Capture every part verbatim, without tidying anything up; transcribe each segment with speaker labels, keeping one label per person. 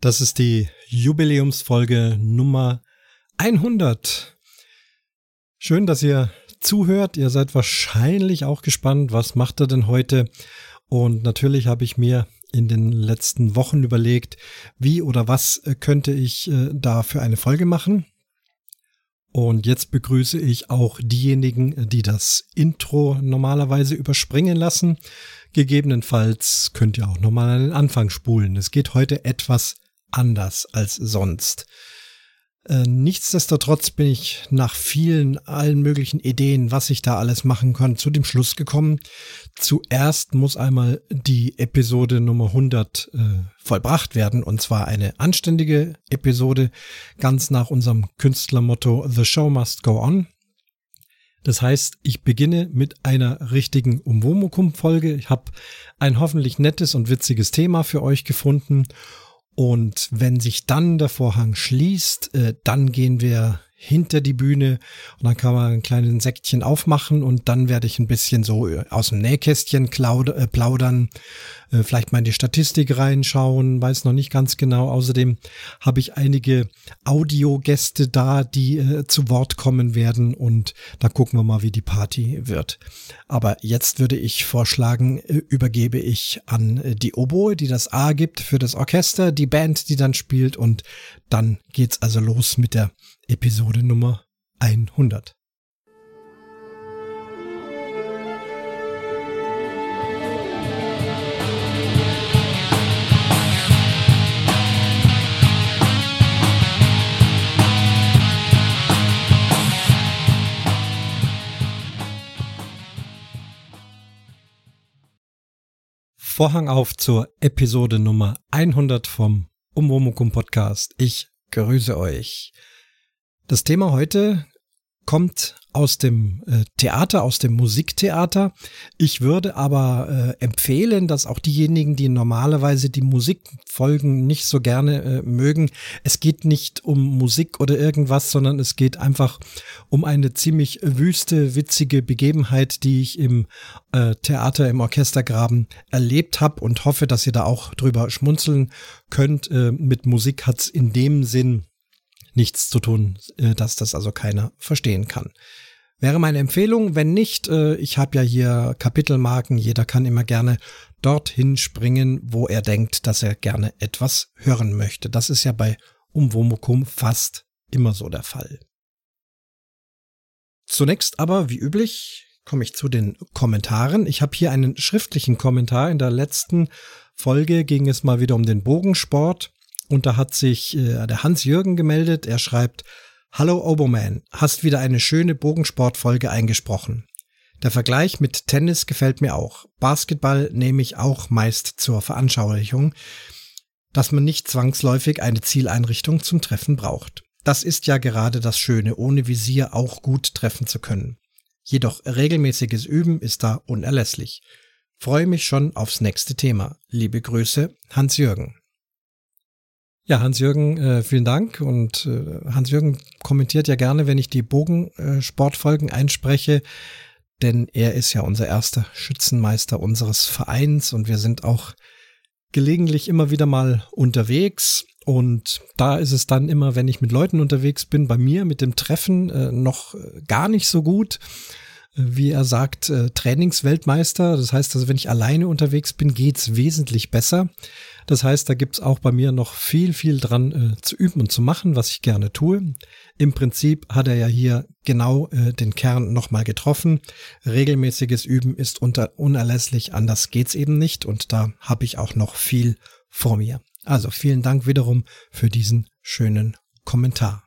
Speaker 1: Das ist die Jubiläumsfolge Nummer hundert. Schön, dass ihr zuhört. Ihr seid wahrscheinlich auch gespannt, was macht er denn heute? Und natürlich habe ich mir in den letzten Wochen überlegt, wie oder was könnte ich äh, da für eine Folge machen. Und jetzt begrüße ich auch diejenigen, die das Intro normalerweise überspringen lassen. Gegebenenfalls könnt ihr auch nochmal an den Anfang spulen. Es geht heute etwas anders als sonst. Äh, nichtsdestotrotz bin ich nach vielen, allen möglichen Ideen, was ich da alles machen kann, zu dem Schluss gekommen. Zuerst muss einmal die Episode Nummer hundert äh, vollbracht werden, und zwar eine anständige Episode, ganz nach unserem Künstlermotto The Show Must Go On. Das heißt, ich beginne mit einer richtigen Umwomukum-Folge. Ich habe ein hoffentlich nettes und witziges Thema für euch gefunden. Und wenn sich dann der Vorhang schließt, äh, dann gehen wir hinter die Bühne und dann kann man ein kleines Säckchen aufmachen und dann werde ich ein bisschen so aus dem Nähkästchen klaud- äh, plaudern, äh, vielleicht mal in die Statistik reinschauen, weiß noch nicht ganz genau. Außerdem habe ich einige Audiogäste da, die äh, zu Wort kommen werden, und da gucken wir mal, wie die Party wird. Aber jetzt würde ich vorschlagen, äh, übergebe ich an äh, die Oboe, die das A gibt für das Orchester, die Band, die dann spielt, und dann geht's also los mit der Episode Nummer hundert. Vorhang auf zur Episode Nummer hundert vom Umwomukum Podcast. Ich grüße euch. Das Thema heute kommt aus dem äh, Theater, aus dem Musiktheater. Ich würde aber äh, empfehlen, dass auch diejenigen, die normalerweise die Musikfolgen nicht so gerne äh, mögen, es geht nicht um Musik oder irgendwas, sondern es geht einfach um eine ziemlich wüste, witzige Begebenheit, die ich im äh, Theater, im Orchestergraben erlebt habe, und hoffe, dass ihr da auch drüber schmunzeln könnt. Äh, mit Musik hat's in dem Sinn nichts zu tun, dass das also keiner verstehen kann. Wäre meine Empfehlung. Wenn nicht, ich habe ja hier Kapitelmarken, jeder kann immer gerne dorthin springen, wo er denkt, dass er gerne etwas hören möchte. Das ist ja bei Umwomukum fast immer so der Fall. Zunächst aber, wie üblich, komme ich zu den Kommentaren. Ich habe hier einen schriftlichen Kommentar. In der letzten Folge ging es mal wieder um den Bogensport. Und da hat sich äh, der Hans-Jürgen gemeldet. Er schreibt: Hallo Oboman, hast wieder eine schöne Bogensportfolge eingesprochen. Der Vergleich mit Tennis gefällt mir auch. Basketball nehme ich auch meist zur Veranschaulichung, dass man nicht zwangsläufig eine Zieleinrichtung zum Treffen braucht. Das ist ja gerade das Schöne, ohne Visier auch gut treffen zu können. Jedoch regelmäßiges Üben ist da unerlässlich. Freue mich schon aufs nächste Thema. Liebe Grüße, Hans-Jürgen. Ja, Hans-Jürgen, äh, vielen Dank. Und äh, Hans-Jürgen kommentiert ja gerne, wenn ich die Bogensportfolgen äh, einspreche, denn er ist ja unser erster Schützenmeister unseres Vereins und wir sind auch gelegentlich immer wieder mal unterwegs. Und da ist es dann immer, wenn ich mit Leuten unterwegs bin, bei mir mit dem Treffen äh, noch gar nicht so gut. Wie er sagt, äh, Trainingsweltmeister. Das heißt, also wenn ich alleine unterwegs bin, geht's wesentlich besser. Das heißt, da gibt's auch bei mir noch viel, viel dran äh, zu üben und zu machen, was ich gerne tue. Im Prinzip hat er ja hier genau äh, den Kern nochmal getroffen. Regelmäßiges Üben ist unter unerlässlich, anders geht's eben nicht. Und da habe ich auch noch viel vor mir. Also vielen Dank wiederum für diesen schönen Kommentar.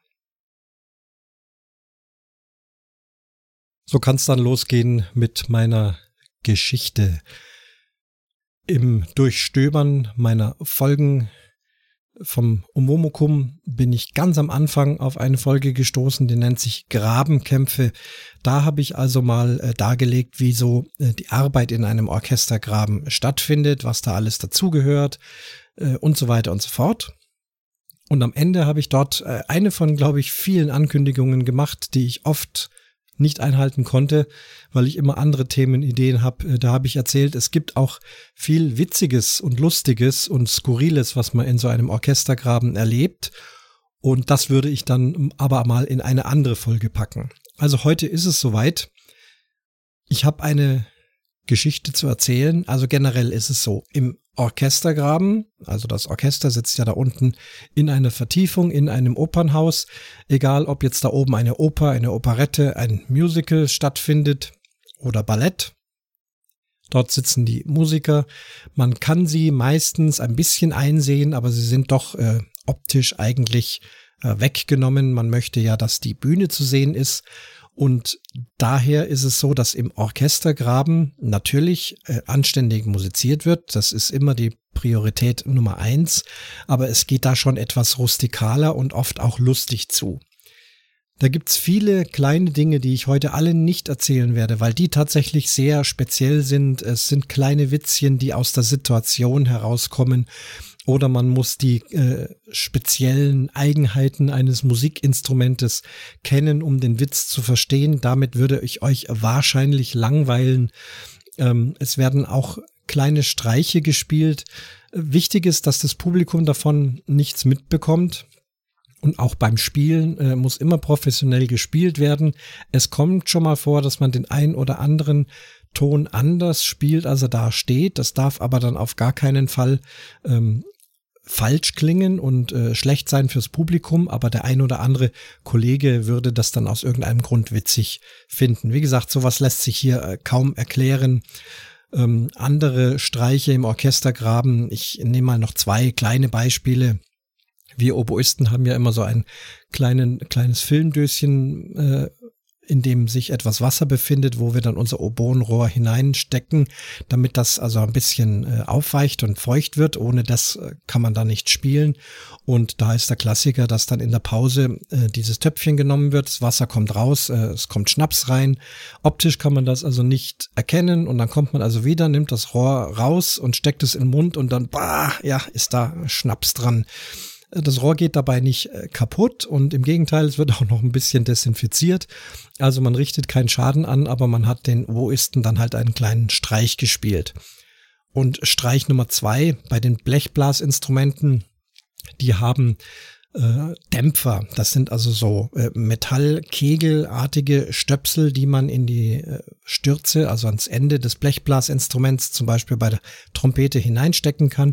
Speaker 1: So kann es dann losgehen mit meiner Geschichte. Im Durchstöbern meiner Folgen vom Umwomukum bin ich ganz am Anfang auf eine Folge gestoßen, die nennt sich Grabenkämpfe. Da habe ich also mal äh, dargelegt, wie so äh, die Arbeit in einem Orchestergraben stattfindet, was da alles dazugehört äh, und so weiter und so fort. Und am Ende habe ich dort äh, eine von, glaube ich, vielen Ankündigungen gemacht, die ich oft nicht einhalten konnte, weil ich immer andere Themenideen habe. Da habe ich erzählt, es gibt auch viel Witziges und Lustiges und Skurriles, was man in so einem Orchestergraben erlebt. Und das würde ich dann aber mal in eine andere Folge packen. Also heute ist es soweit. Ich habe eine Geschichte zu erzählen. Also generell ist es so, im Orchestergraben, also das Orchester sitzt ja da unten in einer Vertiefung, in einem Opernhaus, egal ob jetzt da oben eine Oper, eine Operette, ein Musical stattfindet oder Ballett. Dort sitzen die Musiker. Man kann sie meistens ein bisschen einsehen, aber sie sind doch äh, optisch eigentlich äh, weggenommen. Man möchte ja, dass die Bühne zu sehen ist. Und daher ist es so, dass im Orchestergraben natürlich äh, anständig musiziert wird. Das ist immer die Priorität Nummer eins. Aber es geht da schon etwas rustikaler und oft auch lustig zu. Da gibt's viele kleine Dinge, die ich heute alle nicht erzählen werde, weil die tatsächlich sehr speziell sind. Es sind kleine Witzchen, die aus der Situation herauskommen. Oder man muss die äh, speziellen Eigenheiten eines Musikinstrumentes kennen, um den Witz zu verstehen. Damit würde ich euch wahrscheinlich langweilen. Ähm, es werden auch kleine Streiche gespielt. Wichtig ist, dass das Publikum davon nichts mitbekommt. Und auch beim Spielen äh, muss immer professionell gespielt werden. Es kommt schon mal vor, dass man den ein oder anderen Ton anders spielt, als er da steht. Das darf aber dann auf gar keinen Fall ähm, falsch klingen und äh, schlecht sein fürs Publikum, aber der ein oder andere Kollege würde das dann aus irgendeinem Grund witzig finden. Wie gesagt, sowas lässt sich hier äh, kaum erklären. Ähm, andere Streiche im Orchestergraben, ich nehme mal noch zwei kleine Beispiele. Wir Oboisten haben ja immer so ein kleinen, kleines Filmdöschen, äh, in dem sich etwas Wasser befindet, wo wir dann unser Oboenrohr hineinstecken, damit das also ein bisschen äh, aufweicht und feucht wird. Ohne das äh, kann man da nicht spielen. Und da ist der Klassiker, dass dann in der Pause äh, dieses Töpfchen genommen wird, das Wasser kommt raus, äh, es kommt Schnaps rein. Optisch kann man das also nicht erkennen und dann kommt man also wieder, nimmt das Rohr raus und steckt es in den Mund und dann, bah, ja, ist da Schnaps dran. Das Rohr geht dabei nicht kaputt und im Gegenteil, es wird auch noch ein bisschen desinfiziert. Also man richtet keinen Schaden an, aber man hat den Oboisten dann halt einen kleinen Streich gespielt. Und Streich Nummer zwei bei den Blechblasinstrumenten, die haben äh, Dämpfer. Das sind also so äh, metallkegelartige Stöpsel, die man in die äh, Stürze, also ans Ende des Blechblasinstruments, zum Beispiel bei der Trompete hineinstecken kann.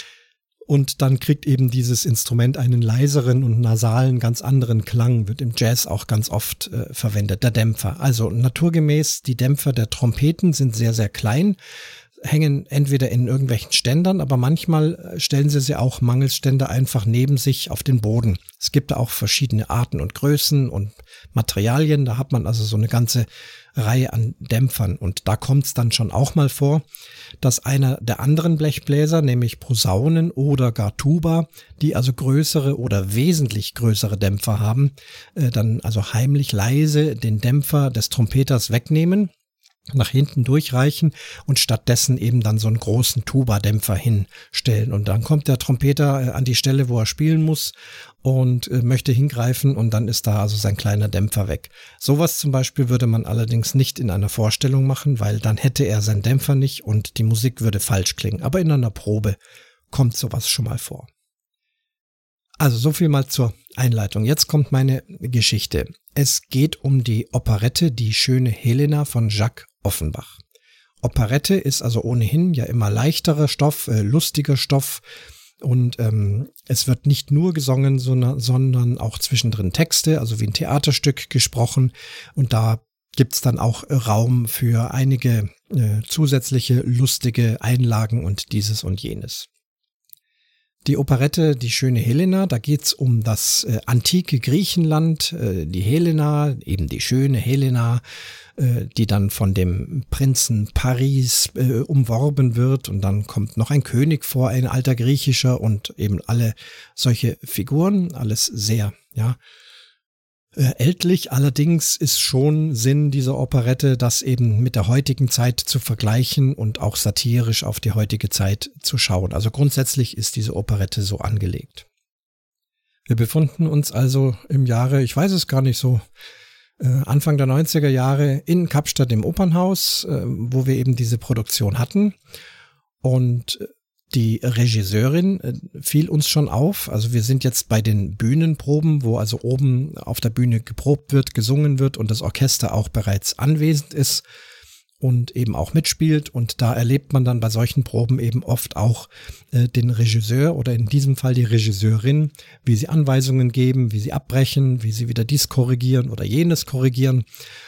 Speaker 1: Und dann kriegt eben dieses Instrument einen leiseren und nasalen, ganz anderen Klang, wird im Jazz auch ganz oft äh, verwendet, der Dämpfer. Also naturgemäß, die Dämpfer der Trompeten sind sehr, sehr klein, hängen entweder in irgendwelchen Ständern, aber manchmal stellen sie sie auch mangels Ständer einfach neben sich auf den Boden. Es gibt da auch verschiedene Arten und Größen und Materialien, da hat man also so eine ganze Reihe an Dämpfern und da kommt es dann schon auch mal vor, dass einer der anderen Blechbläser, nämlich Posaunen oder gar Tuba, die also größere oder wesentlich größere Dämpfer haben, äh, dann also heimlich leise den Dämpfer des Trompeters wegnehmen, nach hinten durchreichen und stattdessen eben dann so einen großen Tuba-Dämpfer hinstellen. Und dann kommt der Trompeter äh, an die Stelle, wo er spielen muss und äh, möchte hingreifen und dann ist da also sein kleiner Dämpfer weg. Sowas zum Beispiel würde man allerdings nicht in einer Vorstellung machen, weil dann hätte er seinen Dämpfer nicht und die Musik würde falsch klingen. Aber in einer Probe kommt sowas schon mal vor. Also so viel mal zur Einleitung. Jetzt kommt meine Geschichte. Es geht um die Operette Die schöne Helena von Jacques Offenbach. Operette ist also ohnehin ja immer leichterer Stoff, äh, lustiger Stoff und ähm, es wird nicht nur gesungen, sondern, sondern auch zwischendrin Texte, also wie ein Theaterstück gesprochen und da gibt's dann auch Raum für einige äh, zusätzliche lustige Einlagen und dieses und jenes. Die Operette Die schöne Helena, da geht's um das äh, antike Griechenland, äh, die Helena, eben die schöne Helena, äh, die dann von dem Prinzen Paris äh, umworben wird und dann kommt noch ein König vor, ein alter griechischer und eben alle solche Figuren, alles sehr, ja, Äh, ältlich. Allerdings ist schon Sinn dieser Operette, das eben mit der heutigen Zeit zu vergleichen und auch satirisch auf die heutige Zeit zu schauen. Also grundsätzlich ist diese Operette so angelegt. Wir befinden uns also im Jahre, ich weiß es gar nicht so, Anfang der neunziger Jahre in Kapstadt im Opernhaus, wo wir eben diese Produktion hatten. Und die Regisseurin fiel uns schon auf. Also wir sind jetzt bei den Bühnenproben, wo also oben auf der Bühne geprobt wird, gesungen wird und das Orchester auch bereits anwesend ist und eben auch mitspielt. Und da erlebt man dann bei solchen Proben eben oft auch äh, den Regisseur oder in diesem Fall die Regisseurin, wie sie Anweisungen geben, wie sie abbrechen, wie sie wieder dies korrigieren oder jenes korrigieren.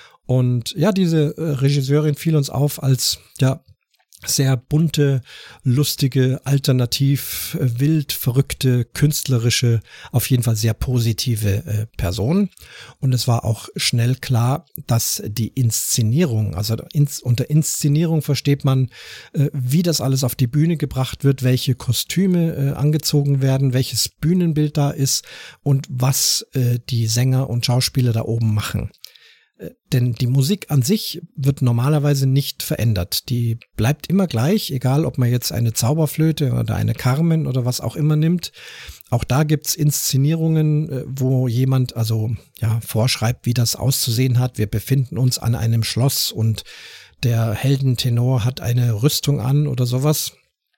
Speaker 1: Und ja, diese äh, Regisseurin fiel uns auf als, ja, sehr bunte, lustige, alternativ, äh, wild, verrückte, künstlerische, auf jeden Fall sehr positive äh, Person. Und es war auch schnell klar, dass die Inszenierung, also ins, unter Inszenierung versteht man, äh, wie das alles auf die Bühne gebracht wird, welche Kostüme äh, angezogen werden, welches Bühnenbild da ist und was äh, die Sänger und Schauspieler da oben machen. Denn die Musik an sich wird normalerweise nicht verändert. Die bleibt immer gleich, egal ob man jetzt eine Zauberflöte oder eine Carmen oder was auch immer nimmt. Auch da gibt's Inszenierungen, wo jemand also ja vorschreibt, wie das auszusehen hat. Wir befinden uns an einem Schloss und der Heldentenor hat eine Rüstung an oder sowas.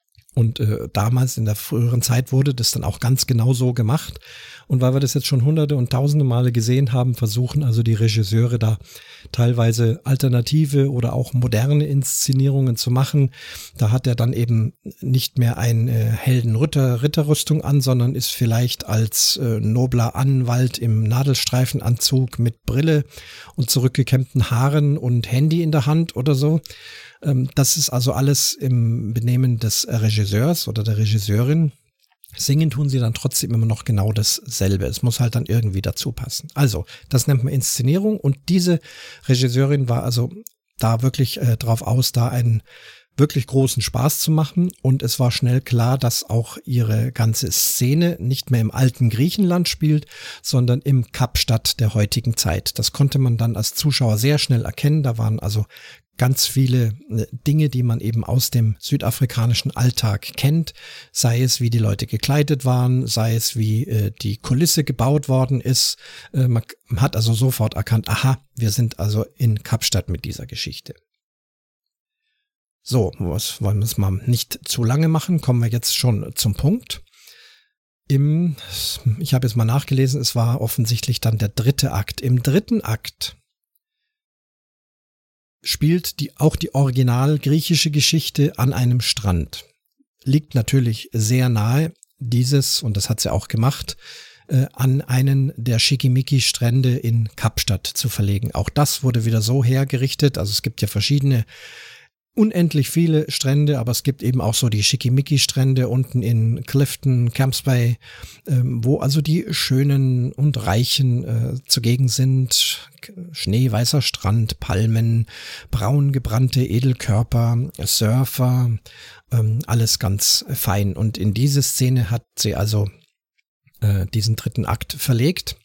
Speaker 1: Und äh, damals in der früheren Zeit wurde das dann auch ganz genau so gemacht. Und weil wir das jetzt schon hunderte und tausende Male gesehen haben, versuchen also die Regisseure da teilweise alternative oder auch moderne Inszenierungen zu machen. Da hat er dann eben nicht mehr ein äh, Helden-Ritter-Ritterrüstung an, sondern ist vielleicht als äh, nobler Anwalt im Nadelstreifenanzug mit Brille und zurückgekämmten Haaren und Handy in der Hand oder so. Das ist also alles im Benehmen des Regisseurs oder der Regisseurin. Singen tun sie dann trotzdem immer noch genau dasselbe. Es muss halt dann irgendwie dazu passen. Also, das nennt man Inszenierung und diese Regisseurin war also da wirklich äh, drauf aus, da einen wirklich großen Spaß zu machen und es war schnell klar, dass auch ihre ganze Szene nicht mehr im alten Griechenland spielt, sondern im Kapstadt der heutigen Zeit. Das konnte man dann als Zuschauer sehr schnell erkennen. Da waren also ganz viele Dinge, die man eben aus dem südafrikanischen Alltag kennt, sei es, wie die Leute gekleidet waren, sei es, wie äh, die Kulisse gebaut worden ist. Äh, man hat also sofort erkannt, aha, wir sind also in Kapstadt mit dieser Geschichte. So, was wollen wir es mal nicht zu lange machen, kommen wir jetzt schon zum Punkt. Im, ich habe jetzt mal nachgelesen, es war offensichtlich dann der dritte Akt. Im dritten Akt spielt die, auch die original griechische Geschichte an einem Strand. Liegt natürlich sehr nahe, dieses, und das hat sie auch gemacht, äh, an einen der Schickimicki-Strände in Kapstadt zu verlegen. Auch das wurde wieder so hergerichtet, also es gibt ja verschiedene, unendlich viele Strände, aber es gibt eben auch so die Schickimicki-Strände unten in Clifton, Camps Bay, ähm, wo also die Schönen und Reichen äh, zugegen sind. Schneeweißer Strand, Palmen, braun gebrannte Edelkörper, Surfer, ähm, alles ganz fein. Und in diese Szene hat sie also äh, diesen dritten Akt verlegt,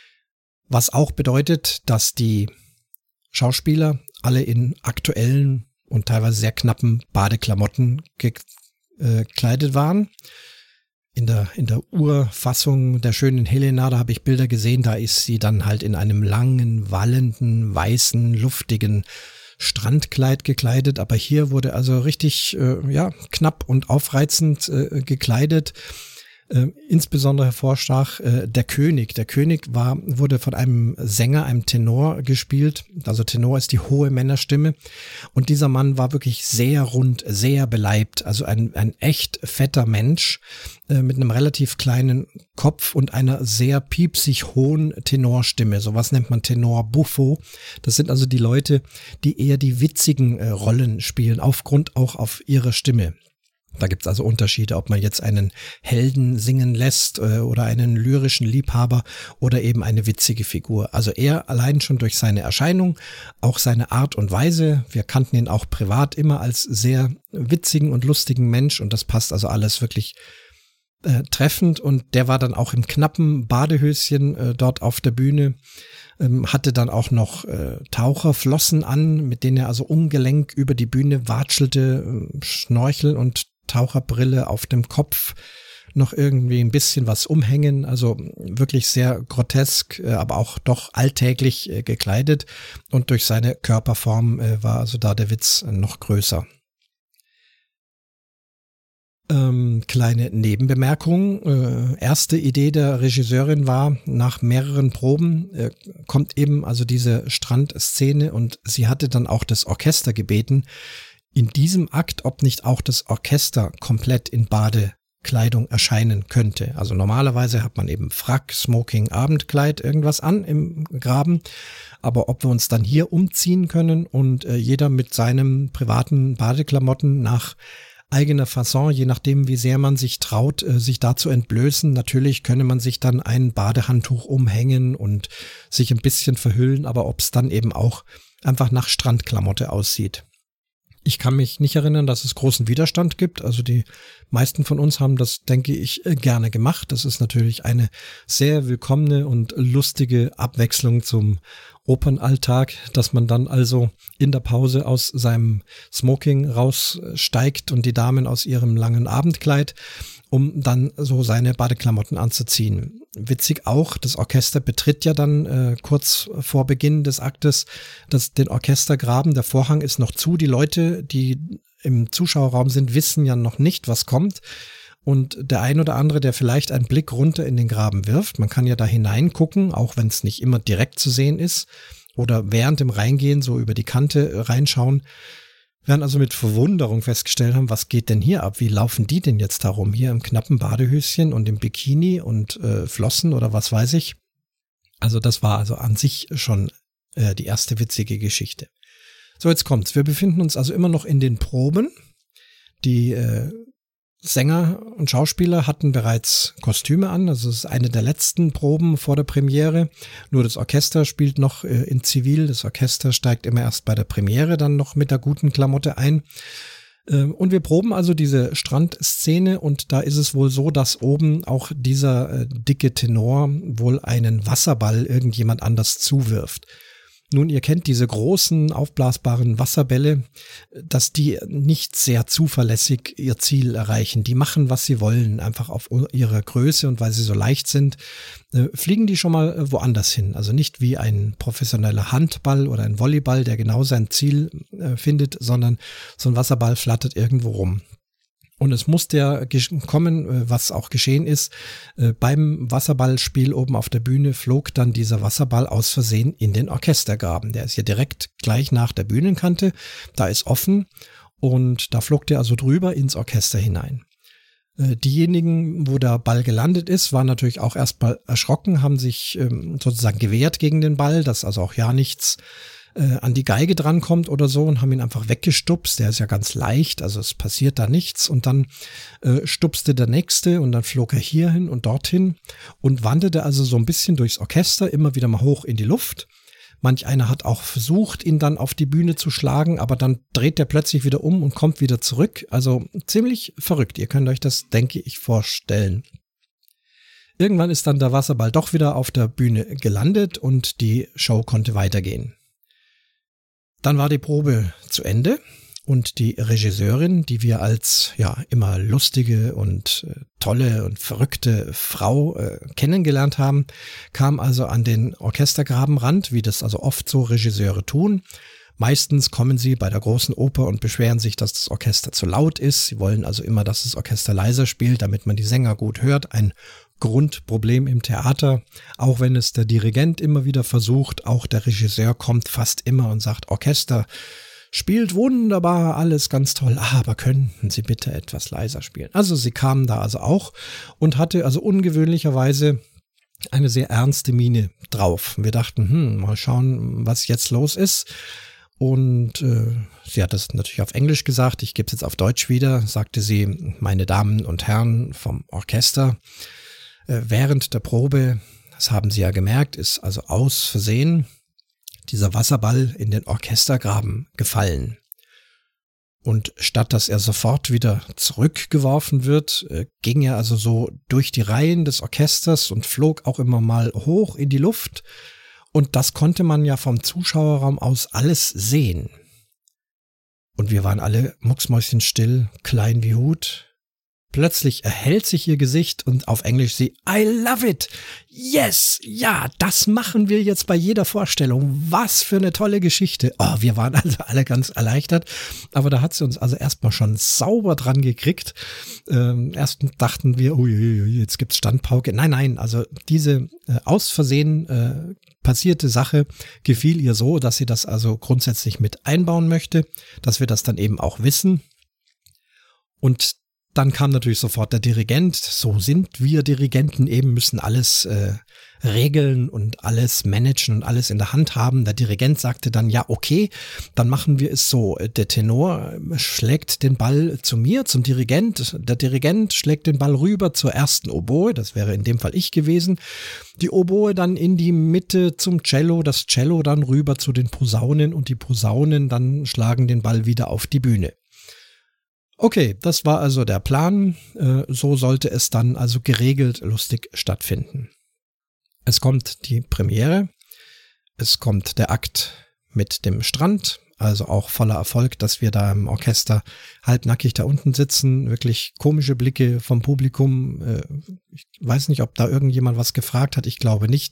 Speaker 1: was auch bedeutet, dass die Schauspieler alle in aktuellen und teilweise sehr knappen Badeklamotten gekleidet waren. In der, in der Urfassung der schönen Helena, da habe ich Bilder gesehen, da ist sie dann halt in einem langen, wallenden, weißen, luftigen Strandkleid gekleidet, aber hier wurde also richtig, äh, ja, knapp und aufreizend äh, gekleidet. Äh, insbesondere hervorstach äh, der König. Der König war, wurde von einem Sänger, einem Tenor gespielt. Also Tenor ist die hohe Männerstimme. Und dieser Mann war wirklich sehr rund, sehr beleibt. Also ein, ein echt fetter Mensch äh, mit einem relativ kleinen Kopf und einer sehr piepsig hohen Tenorstimme. Sowas nennt man Tenor buffo. Das sind also die Leute, die eher die witzigen äh, Rollen spielen, aufgrund auch auf ihre Stimme. Da gibt's also Unterschiede, ob man jetzt einen Helden singen lässt äh, oder einen lyrischen Liebhaber oder eben eine witzige Figur. Also er allein schon durch seine Erscheinung, auch seine Art und Weise. Wir kannten ihn auch privat immer als sehr witzigen und lustigen Mensch und das passt also alles wirklich äh, treffend. Und der war dann auch im knappen Badehöschen äh, dort auf der Bühne. Hatte dann auch noch äh, Taucherflossen an, mit denen er also ungelenk über die Bühne watschelte, äh, Schnorchel und Taucherbrille auf dem Kopf, noch irgendwie ein bisschen was umhängen. Also wirklich sehr grotesk, aber auch doch alltäglich gekleidet. Und durch seine Körperform war also da der Witz noch größer. Ähm, kleine Nebenbemerkung. Äh, erste Idee der Regisseurin war, nach mehreren Proben äh, kommt eben also diese Strandszene und sie hatte dann auch das Orchester gebeten, in diesem Akt, ob nicht auch das Orchester komplett in Badekleidung erscheinen könnte. Also normalerweise hat man eben Frack, Smoking, Abendkleid, irgendwas an im Graben. Aber ob wir uns dann hier umziehen können und äh, jeder mit seinem privaten Badeklamotten nach eigener Fasson, je nachdem, wie sehr man sich traut, sich da zu entblößen. Natürlich könne man sich dann ein Badehandtuch umhängen und sich ein bisschen verhüllen, aber ob es dann eben auch einfach nach Strandklamotte aussieht. Ich kann mich nicht erinnern, dass es großen Widerstand gibt. Also die meisten von uns haben das, denke ich, gerne gemacht. Das ist natürlich eine sehr willkommene und lustige Abwechslung zum Opernalltag, dass man dann also in der Pause aus seinem Smoking raussteigt und die Damen aus ihrem langen Abendkleid, um dann so seine Badeklamotten anzuziehen. Witzig auch, das Orchester betritt ja dann äh, kurz vor Beginn des Aktes das, den Orchestergraben. Der Vorhang ist noch zu. Die Leute, die im Zuschauerraum sind, wissen ja noch nicht, was kommt. Und der ein oder andere, der vielleicht einen Blick runter in den Graben wirft, man kann ja da hineingucken, auch wenn es nicht immer direkt zu sehen ist, oder während dem Reingehen so über die Kante reinschauen, werden also mit Verwunderung festgestellt haben, was geht denn hier ab? Wie laufen die denn jetzt darum? Hier im knappen Badehöschen und im Bikini und äh, Flossen oder was weiß ich. Also das war also an sich schon äh, die erste witzige Geschichte. So, jetzt kommt's. Wir befinden uns also immer noch in den Proben. Die äh, Sänger und Schauspieler hatten bereits Kostüme an, also es ist eine der letzten Proben vor der Premiere. Nur das Orchester spielt noch äh, in Zivil. Das Orchester steigt immer erst bei der Premiere dann noch mit der guten Klamotte ein. Ähm, und wir proben also diese Strandszene und da ist es wohl so, dass oben auch dieser äh, dicke Tenor wohl einen Wasserball irgendjemand anders zuwirft. Nun, ihr kennt diese großen, aufblasbaren Wasserbälle, dass die nicht sehr zuverlässig ihr Ziel erreichen. Die machen, was sie wollen, einfach auf ihre Größe und weil sie so leicht sind, äh, fliegen die schon mal woanders hin. Also nicht wie ein professioneller Handball oder ein Volleyball, der genau sein Ziel äh, findet, sondern so ein Wasserball flattert irgendwo rum. Und es musste ja kommen, was auch geschehen ist. Beim Wasserballspiel oben auf der Bühne flog dann dieser Wasserball aus Versehen in den Orchestergraben. Der ist ja direkt gleich nach der Bühnenkante. Da ist offen und da flog der also drüber ins Orchester hinein. Diejenigen, wo der Ball gelandet ist, waren natürlich auch erstmal erschrocken, haben sich sozusagen gewehrt gegen den Ball, dass also auch ja nichts an die Geige drankommt oder so und haben ihn einfach weggestupst. Der ist ja ganz leicht, also es passiert da nichts. Und dann äh, stupste der Nächste und dann flog er hierhin und dorthin und wanderte also so ein bisschen durchs Orchester, immer wieder mal hoch in die Luft. Manch einer hat auch versucht, ihn dann auf die Bühne zu schlagen, aber dann dreht er plötzlich wieder um und kommt wieder zurück. Also ziemlich verrückt. Ihr könnt euch das, denke ich, vorstellen. Irgendwann ist dann der Wasserball doch wieder auf der Bühne gelandet und die Show konnte weitergehen. Dann war die Probe zu Ende und die Regisseurin, die wir als ja immer lustige und äh, tolle und verrückte Frau äh, kennengelernt haben, kam also an den Orchestergrabenrand, wie das also oft so Regisseure tun. Meistens kommen sie bei der großen Oper und beschweren sich, dass das Orchester zu laut ist. Sie wollen also immer, dass das Orchester leiser spielt, damit man die Sänger gut hört. Ein Grundproblem im Theater, auch wenn es der Dirigent immer wieder versucht, auch der Regisseur kommt fast immer und sagt, Orchester spielt wunderbar, alles ganz toll, aber könnten Sie bitte etwas leiser spielen? Also sie kamen da also auch und hatte also ungewöhnlicherweise eine sehr ernste Miene drauf. Wir dachten, hm, mal schauen, was jetzt los ist. Und äh, sie hat das natürlich auf Englisch gesagt, ich gebe es jetzt auf Deutsch wieder, sagte sie, meine Damen und Herren vom Orchester, während der Probe, das haben Sie ja gemerkt, ist also aus Versehen dieser Wasserball in den Orchestergraben gefallen. Und statt dass er sofort wieder zurückgeworfen wird, ging er also so durch die Reihen des Orchesters und flog auch immer mal hoch in die Luft. Und das konnte man ja vom Zuschauerraum aus alles sehen. Und wir waren alle mucksmäuschenstill, klein wie Hut. Plötzlich erhellt sich ihr Gesicht und auf Englisch sie, I love it. Yes, ja, das machen wir jetzt bei jeder Vorstellung. Was für eine tolle Geschichte. Oh, wir waren also alle ganz erleichtert. Aber da hat sie uns also erstmal schon sauber dran gekriegt. Ähm, erst dachten wir, ui, ui, jetzt gibt's Standpauke. Nein, nein, also diese äh, aus Versehen äh, passierte Sache gefiel ihr so, dass sie das also grundsätzlich mit einbauen möchte, dass wir das dann eben auch wissen. Und dann kam natürlich sofort der Dirigent. So sind wir Dirigenten eben, müssen alles äh, regeln und alles managen und alles in der Hand haben. Der Dirigent sagte dann, ja, okay, dann machen wir es so. Der Tenor schlägt den Ball zu mir, zum Dirigent. Der Dirigent schlägt den Ball rüber zur ersten Oboe. Das wäre in dem Fall ich gewesen. Die Oboe dann in die Mitte zum Cello. Das Cello dann rüber zu den Posaunen und die Posaunen dann schlagen den Ball wieder auf die Bühne. Okay, das war also der Plan. So sollte es dann also geregelt lustig stattfinden. Es kommt die Premiere, es kommt der Akt mit dem Strand, also auch voller Erfolg, dass wir da im Orchester halbnackig da unten sitzen, wirklich komische Blicke vom Publikum. Ich weiß nicht, ob da irgendjemand was gefragt hat, ich glaube nicht.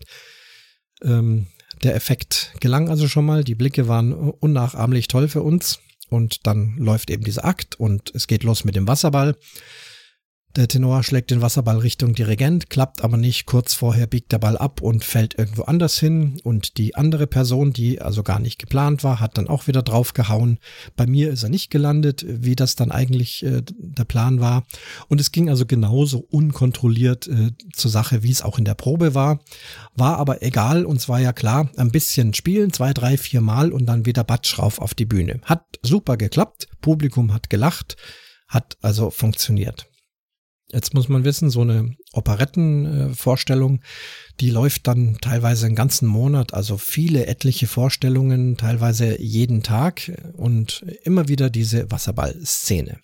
Speaker 1: Der Effekt gelang also schon mal, die Blicke waren unnachahmlich toll für uns. Und dann läuft eben dieser Akt und es geht los mit dem Wasserball. Der Tenor schlägt den Wasserball Richtung Dirigent, klappt aber nicht. Kurz vorher biegt der Ball ab und fällt irgendwo anders hin. Und die andere Person, die also gar nicht geplant war, hat dann auch wieder draufgehauen. Bei mir ist er nicht gelandet, wie das dann eigentlich äh, der Plan war. Und es ging also genauso unkontrolliert äh, zur Sache, wie es auch in der Probe war. War aber egal, uns war ja klar, ein bisschen spielen, zwei, drei, vier Mal und dann wieder Batsch rauf auf die Bühne. Hat super geklappt, Publikum hat gelacht, hat also funktioniert. Jetzt muss man wissen, so eine Operettenvorstellung, die läuft dann teilweise einen ganzen Monat, also viele etliche Vorstellungen, teilweise jeden Tag und immer wieder diese Wasserballszene.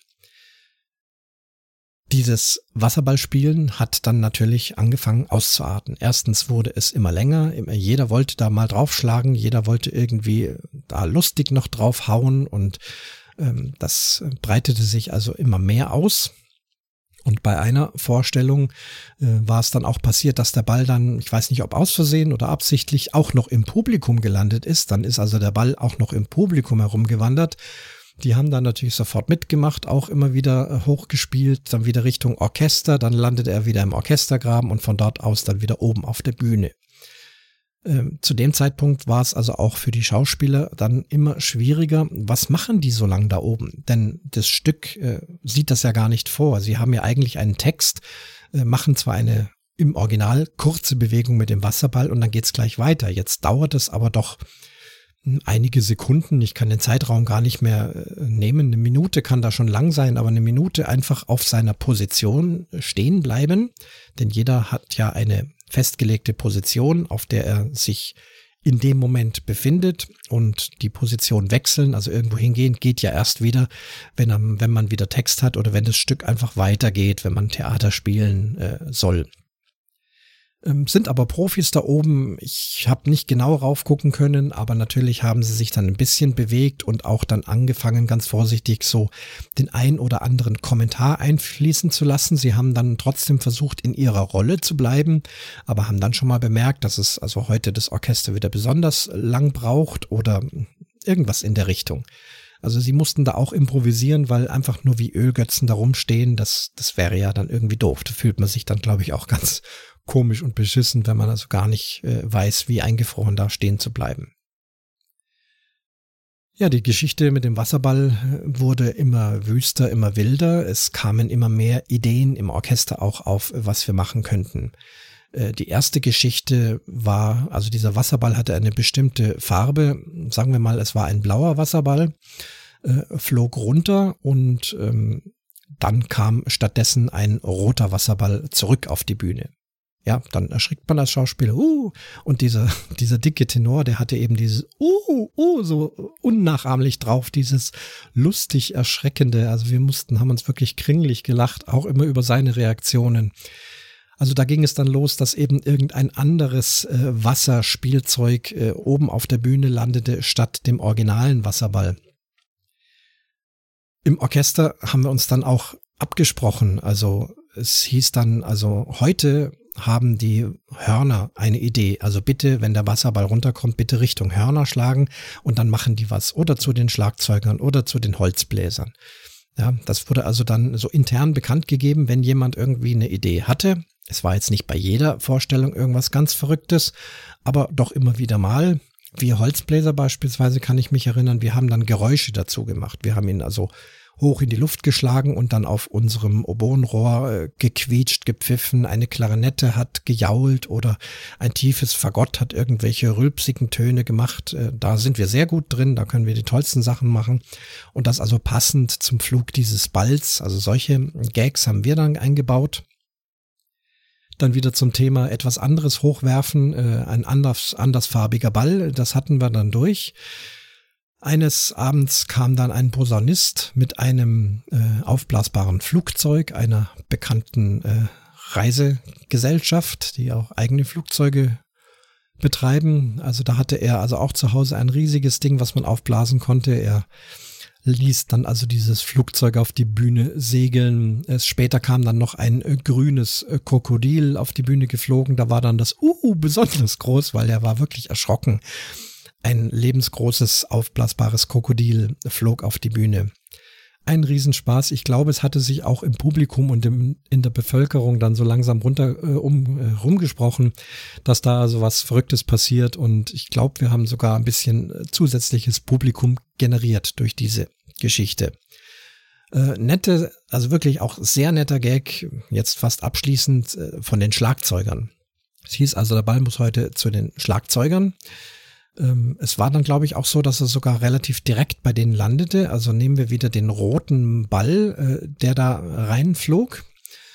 Speaker 1: Dieses Wasserballspielen hat dann natürlich angefangen auszuarten. Erstens wurde es immer länger, jeder wollte da mal draufschlagen, jeder wollte irgendwie da lustig noch draufhauen und ähm, das breitete sich also immer mehr aus. Und bei einer Vorstellung äh, war es dann auch passiert, dass der Ball dann, ich weiß nicht, ob aus Versehen oder absichtlich, auch noch im Publikum gelandet ist. Dann ist also der Ball auch noch im Publikum herumgewandert. Die haben dann natürlich sofort mitgemacht, auch immer wieder äh, hochgespielt, dann wieder Richtung Orchester. Dann landete er wieder im Orchestergraben und von dort aus dann wieder oben auf der Bühne. Ähm, zu dem Zeitpunkt war es also auch für die Schauspieler dann immer schwieriger. Was machen die so lang da oben? Denn das Stück äh, sieht das ja gar nicht vor. Sie haben ja eigentlich einen Text, äh, machen zwar eine im Original kurze Bewegung mit dem Wasserball und dann geht's gleich weiter. Jetzt dauert es aber doch einige Sekunden. Ich kann den Zeitraum gar nicht mehr äh, nehmen. Eine Minute kann da schon lang sein, aber eine Minute einfach auf seiner Position stehen bleiben. Denn jeder hat ja eine festgelegte Position, auf der er sich in dem Moment befindet und die Position wechseln, also irgendwo hingehen, geht ja erst wieder, wenn, er, wenn man wieder Text hat oder wenn das Stück einfach weitergeht, wenn man Theater spielen äh, soll. Ähm, sind aber Profis da oben. Ich habe nicht genau raufgucken können, aber natürlich haben sie sich dann ein bisschen bewegt und auch dann angefangen, ganz vorsichtig so den ein oder anderen Kommentar einfließen zu lassen. Sie haben dann trotzdem versucht, in ihrer Rolle zu bleiben, aber haben dann schon mal bemerkt, dass es also heute das Orchester wieder besonders lang braucht oder irgendwas in der Richtung. Also sie mussten da auch improvisieren, weil einfach nur wie Ölgötzen da rumstehen, das, das wäre ja dann irgendwie doof. Da fühlt man sich dann, glaube ich, auch ganz komisch und beschissen, wenn man also gar nicht äh, weiß, wie eingefroren da stehen zu bleiben. Ja, die Geschichte mit dem Wasserball wurde immer wüster, immer wilder. Es kamen immer mehr Ideen im Orchester auch auf, was wir machen könnten. Äh, die erste Geschichte war, also dieser Wasserball hatte eine bestimmte Farbe. Sagen wir mal, es war ein blauer Wasserball, äh, flog runter und ähm, dann kam stattdessen ein roter Wasserball zurück auf die Bühne. Ja, dann erschrickt man als Schauspieler, uh, und dieser, dieser dicke Tenor, der hatte eben dieses, uh, uh, so unnachahmlich drauf, dieses lustig Erschreckende. Also wir mussten, haben uns wirklich kringlich gelacht, auch immer über seine Reaktionen. Also da ging es dann los, dass eben irgendein anderes äh, Wasserspielzeug äh, oben auf der Bühne landete, statt dem originalen Wasserball. Im Orchester haben wir uns dann auch abgesprochen. Also es hieß dann, also heute haben die Hörner eine Idee. Also bitte, wenn der Wasserball runterkommt, bitte Richtung Hörner schlagen und dann machen die was. Oder zu den Schlagzeugern oder zu den Holzbläsern. Ja, das wurde also dann so intern bekannt gegeben, wenn jemand irgendwie eine Idee hatte. Es war jetzt nicht bei jeder Vorstellung irgendwas ganz Verrücktes, aber doch immer wieder mal. Wir Holzbläser beispielsweise, kann ich mich erinnern, wir haben dann Geräusche dazu gemacht. Wir haben ihn also hoch in die Luft geschlagen und dann auf unserem Oboenrohr äh, gequietscht, gepfiffen, eine Klarinette hat gejault oder ein tiefes Fagott hat irgendwelche rülpsigen Töne gemacht. Äh, da sind wir sehr gut drin, da können wir die tollsten Sachen machen und das also passend zum Flug dieses Balls. Also solche Gags haben wir dann eingebaut. Dann wieder zum Thema etwas anderes hochwerfen, äh, ein anders, andersfarbiger Ball, das hatten wir dann durch. Eines Abends kam dann ein Posaunist mit einem äh, aufblasbaren Flugzeug einer bekannten äh, Reisegesellschaft, die auch eigene Flugzeuge betreiben. Also da hatte er also auch zu Hause ein riesiges Ding, was man aufblasen konnte. Er ließ dann also dieses Flugzeug auf die Bühne segeln. Es später kam dann noch ein äh, grünes äh, Krokodil auf die Bühne geflogen. Da war dann das Uh besonders groß, weil er war wirklich erschrocken. Ein lebensgroßes, aufblasbares Krokodil flog auf die Bühne. Ein Riesenspaß. Ich glaube, es hatte sich auch im Publikum und im, in der Bevölkerung dann so langsam runter äh, um, äh, rumgesprochen, dass da also was Verrücktes passiert. Und ich glaube, wir haben sogar ein bisschen zusätzliches Publikum generiert durch diese Geschichte. Äh, nette, also wirklich auch sehr netter Gag, jetzt fast abschließend äh, von den Schlagzeugern. Es hieß also, der Ball muss heute zu den Schlagzeugern. Es war dann, glaube ich, auch so, dass er sogar relativ direkt bei denen landete. Also nehmen wir wieder den roten Ball, der da reinflog.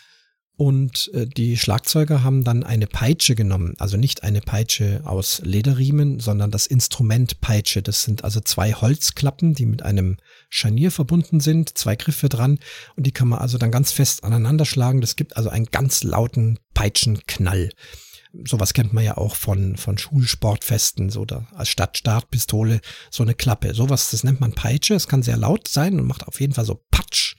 Speaker 1: Und die Schlagzeuger haben dann eine Peitsche genommen. Also nicht eine Peitsche aus Lederriemen, sondern das Instrument Peitsche. Das sind also zwei Holzklappen, die mit einem Scharnier verbunden sind, zwei Griffe dran. Und die kann man also dann ganz fest aneinander schlagen. Das gibt also einen ganz lauten Peitschenknall. Sowas kennt man ja auch von, von Schulsportfesten, so da als statt Startpistole so eine Klappe. Sowas, das nennt man Peitsche. Es kann sehr laut sein und macht auf jeden Fall so Patsch.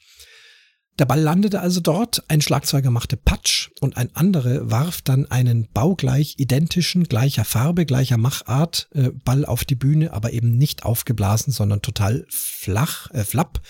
Speaker 1: Der Ball landete also dort, ein Schlagzeuger machte Patsch und ein anderer warf dann einen baugleich identischen, gleicher Farbe, gleicher Machart äh, Ball auf die Bühne, aber eben nicht aufgeblasen, sondern total flach, äh, flapp.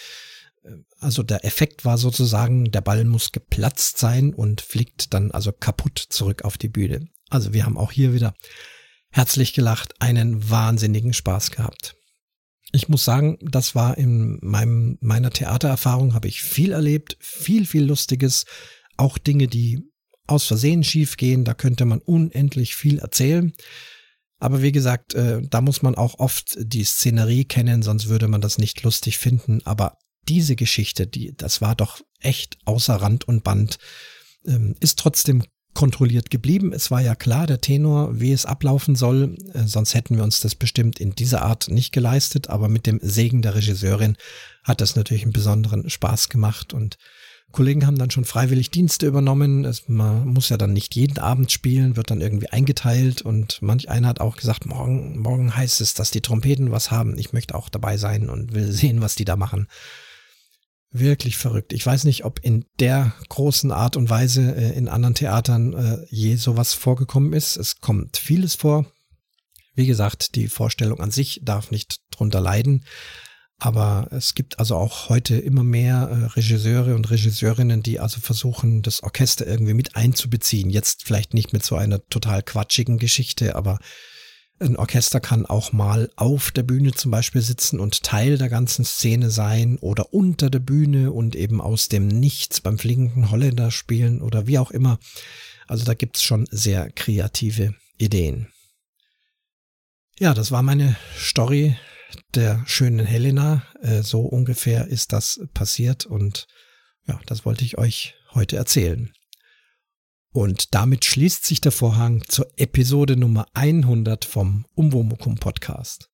Speaker 1: Also der Effekt war sozusagen, der Ball muss geplatzt sein und fliegt dann also kaputt zurück auf die Bühne. Also wir haben auch hier wieder herzlich gelacht, einen wahnsinnigen Spaß gehabt. Ich muss sagen, das war in meinem, meiner Theatererfahrung, habe ich viel erlebt, viel, viel Lustiges, auch Dinge, die aus Versehen schief gehen, da könnte man unendlich viel erzählen. Aber wie gesagt, äh, da muss man auch oft die Szenerie kennen, sonst würde man das nicht lustig finden, aber diese Geschichte, die, das war doch echt außer Rand und Band, ähm, ist trotzdem kontrolliert geblieben. Es war ja klar, der Tenor, wie es ablaufen soll, äh, sonst hätten wir uns das bestimmt in dieser Art nicht geleistet, aber mit dem Segen der Regisseurin hat das natürlich einen besonderen Spaß gemacht und Kollegen haben dann schon freiwillig Dienste übernommen. Es, man muss ja dann nicht jeden Abend spielen, wird dann irgendwie eingeteilt und manch einer hat auch gesagt, morgen, morgen heißt es, dass die Trompeten was haben. Ich möchte auch dabei sein und will sehen, was die da machen. Wirklich verrückt. Ich weiß nicht, ob in der großen Art und Weise äh, in anderen Theatern äh, je sowas vorgekommen ist. Es kommt vieles vor. Wie gesagt, die Vorstellung an sich darf nicht drunter leiden. Aber es gibt also auch heute immer mehr äh, Regisseure und Regisseurinnen, die also versuchen, das Orchester irgendwie mit einzubeziehen. Jetzt vielleicht nicht mit so einer total quatschigen Geschichte, aber ein Orchester kann auch mal auf der Bühne zum Beispiel sitzen und Teil der ganzen Szene sein oder unter der Bühne und eben aus dem Nichts beim fliegenden Holländer spielen oder wie auch immer. Also da gibt's schon sehr kreative Ideen. Ja, das war meine Story der schönen Helena. Äh, so ungefähr ist das passiert und ja, das wollte ich euch heute erzählen. Und damit schließt sich der Vorhang zur Episode Nummer hundert vom Umwomukum Podcast.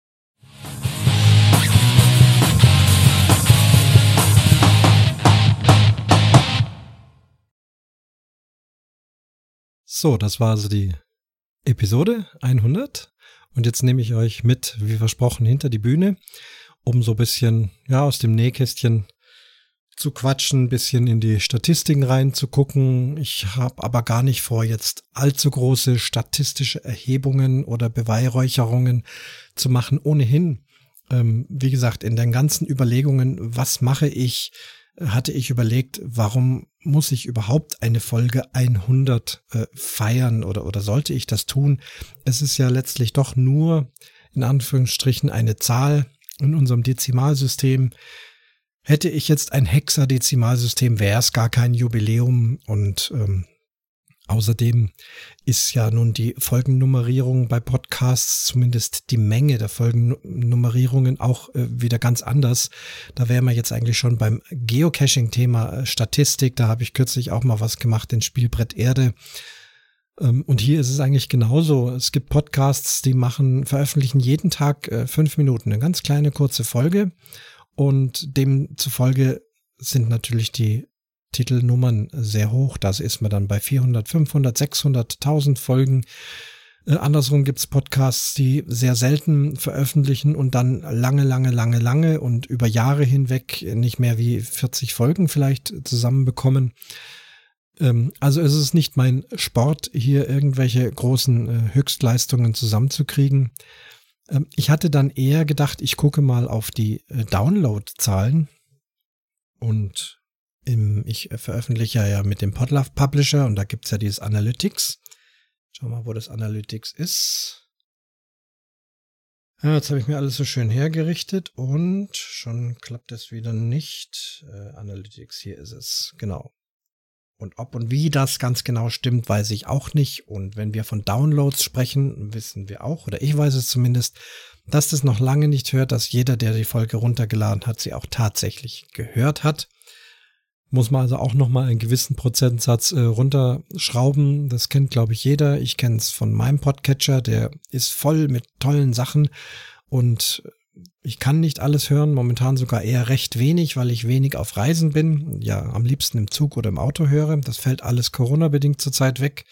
Speaker 1: So, das war also die Episode hundert. Und jetzt nehme ich euch mit, wie versprochen, hinter die Bühne, um so ein bisschen ja aus dem Nähkästchen zu quatschen, ein bisschen in die Statistiken reinzugucken. Ich habe aber gar nicht vor, jetzt allzu große statistische Erhebungen oder Beweihräucherungen zu machen. Ohnehin, ähm, wie gesagt, in den ganzen Überlegungen, was mache ich, hatte ich überlegt, warum muss ich überhaupt eine Folge hundert äh, feiern oder, oder sollte ich das tun? Es ist ja letztlich doch nur, in Anführungsstrichen, eine Zahl in unserem Dezimalsystem. Hätte ich jetzt ein Hexadezimalsystem, wäre es gar kein Jubiläum und ähm, außerdem ist ja nun die Folgennummerierung bei Podcasts, zumindest die Menge der Folgennummerierungen auch äh, wieder ganz anders. Da wären wir jetzt eigentlich schon beim Geocaching-Thema äh, Statistik. Da habe ich kürzlich auch mal was gemacht, den Spielbrett Erde. Ähm, und hier ist es eigentlich genauso. Es gibt Podcasts, die machen, veröffentlichen jeden Tag äh, fünf Minuten, eine ganz kleine, kurze Folge. Und demzufolge sind natürlich die Titelnummern sehr hoch. Das ist man dann bei vierhundert, fünfhundert, sechshundert, tausend Folgen. Äh, andersrum gibt's Podcasts, die sehr selten veröffentlichen und dann lange, lange, lange, lange und über Jahre hinweg nicht mehr wie vierzig Folgen vielleicht zusammenbekommen. Ähm, also es ist nicht mein Sport, hier irgendwelche großen äh, Höchstleistungen zusammenzukriegen. Ähm, ich hatte dann eher gedacht, ich gucke mal auf die äh, Download-Zahlen und Im, ich veröffentliche ja mit dem Podlove Publisher und da gibt's ja dieses Analytics. Schau mal, wo das Analytics ist. Ja, jetzt habe ich mir alles so schön hergerichtet und schon klappt es wieder nicht. Äh, Analytics, hier ist es, genau. Und ob und wie das ganz genau stimmt, weiß ich auch nicht. Und wenn wir von Downloads sprechen, wissen wir auch, oder ich weiß es zumindest, dass das noch lange nicht hört, dass jeder, der die Folge runtergeladen hat, sie auch tatsächlich gehört hat. Muss man also auch nochmal einen gewissen Prozentsatz äh, runterschrauben. Das kennt, glaube ich, jeder. Ich kenne es von meinem Podcatcher, der ist voll mit tollen Sachen und ich kann nicht alles hören, momentan sogar eher recht wenig, weil ich wenig auf Reisen bin. Ja, am liebsten im Zug oder im Auto höre. Das fällt alles Corona-bedingt zurzeit weg.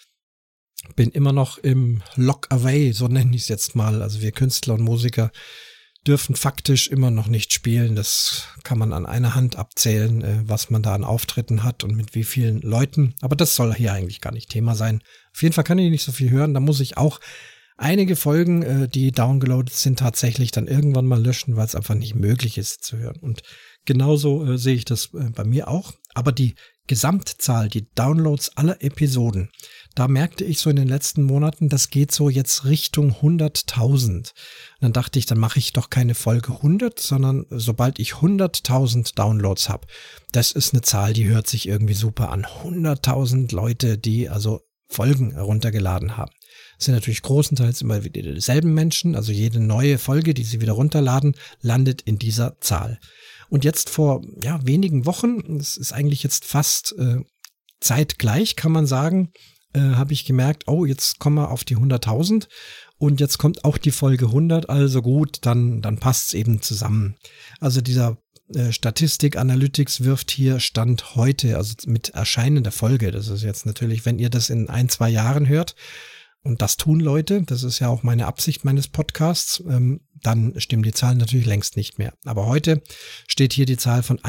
Speaker 1: Bin immer noch im Lock-Away, so nenne ich es jetzt mal. Also wir Künstler und Musiker dürfen faktisch immer noch nicht spielen. Das kann man an einer Hand abzählen, was man da an Auftritten hat und mit wie vielen Leuten. Aber das soll hier eigentlich gar nicht Thema sein. Auf jeden Fall kann ich nicht so viel hören. Da muss ich auch einige Folgen, die downgeloadet sind, tatsächlich dann irgendwann mal löschen, weil es einfach nicht möglich ist zu hören. Und genauso äh, sehe ich das äh, bei mir auch. Aber die Gesamtzahl, die Downloads aller Episoden, da merkte ich so in den letzten Monaten, das geht so jetzt Richtung hunderttausend. Dann dachte ich, dann mache ich doch keine Folge hundert, sondern sobald ich hunderttausend Downloads habe, das ist eine Zahl, die hört sich irgendwie super an. hunderttausend Leute, die also Folgen heruntergeladen haben. Das sind natürlich großenteils immer wieder dieselben Menschen, also jede neue Folge, die sie wieder runterladen, landet in dieser Zahl. Und jetzt vor ja, wenigen Wochen, das ist eigentlich jetzt fast äh, zeitgleich, kann man sagen, äh, habe ich gemerkt, oh, jetzt kommen wir auf die hunderttausend und jetzt kommt auch die Folge hundert, also gut, dann, dann passt es eben zusammen. Also dieser äh, Statistik Analytics wirft hier Stand heute, also mit Erscheinen der Folge, das ist jetzt natürlich, wenn ihr das in ein, zwei Jahren hört, und das tun Leute, das ist ja auch meine Absicht meines Podcasts, ähm, dann stimmen die Zahlen natürlich längst nicht mehr. Aber heute steht hier die Zahl von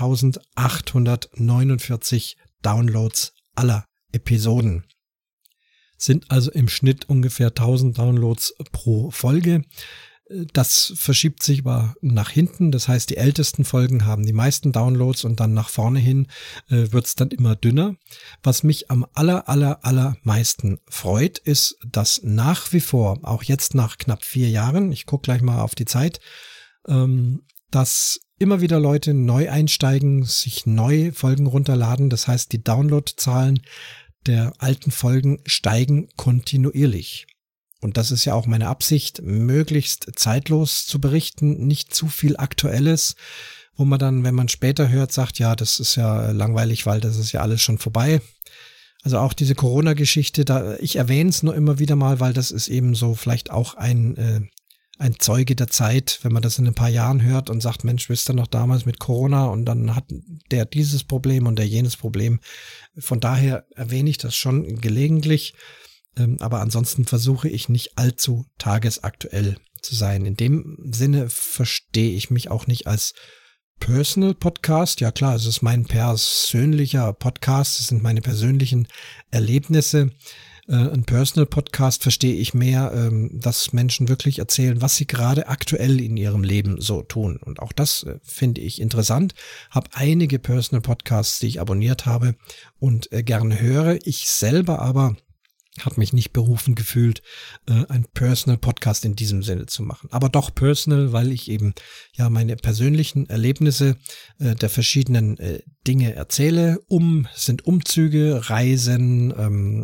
Speaker 1: hunderttausendachthundertneunundvierzig Downloads aller Episoden. Sind also im Schnitt ungefähr tausend Downloads pro Folge. Das verschiebt sich aber nach hinten. Das heißt, die ältesten Folgen haben die meisten Downloads und dann nach vorne hin äh, wird es dann immer dünner. Was mich am aller, aller, aller meisten freut, ist, dass nach wie vor, auch jetzt nach knapp vier Jahren, ich gucke gleich mal auf die Zeit, ähm, dass immer wieder Leute neu einsteigen, sich neue Folgen runterladen. Das heißt, die Downloadzahlen der alten Folgen steigen kontinuierlich. Und das ist ja auch meine Absicht, möglichst zeitlos zu berichten, nicht zu viel Aktuelles, wo man dann, wenn man später hört, sagt, ja, das ist ja langweilig, weil das ist ja alles schon vorbei. Also auch diese Corona-Geschichte, da ich erwähne es nur immer wieder mal, weil das ist eben so vielleicht auch ein äh, ein Zeuge der Zeit, wenn man das in ein paar Jahren hört und sagt, Mensch, wisst ihr noch damals mit Corona und dann hat der dieses Problem und der jenes Problem. Von daher erwähne ich das schon gelegentlich. Aber ansonsten versuche ich nicht allzu tagesaktuell zu sein. In dem Sinne verstehe ich mich auch nicht als Personal Podcast. Ja klar, es ist mein persönlicher Podcast, es sind meine persönlichen Erlebnisse. Äh, ein Personal Podcast verstehe ich mehr, ähm, dass Menschen wirklich erzählen, was sie gerade aktuell in ihrem Leben so tun. Und auch das äh, finde ich interessant. Habe einige Personal Podcasts, die ich abonniert habe und äh, gerne höre. Ich selber aber hat mich nicht berufen gefühlt, äh, ein Personal Podcast in diesem Sinne zu machen. Aber doch Personal, weil ich eben ja meine persönlichen Erlebnisse äh, der verschiedenen äh, Dinge erzähle. Um sind Umzüge, Reisen, ähm,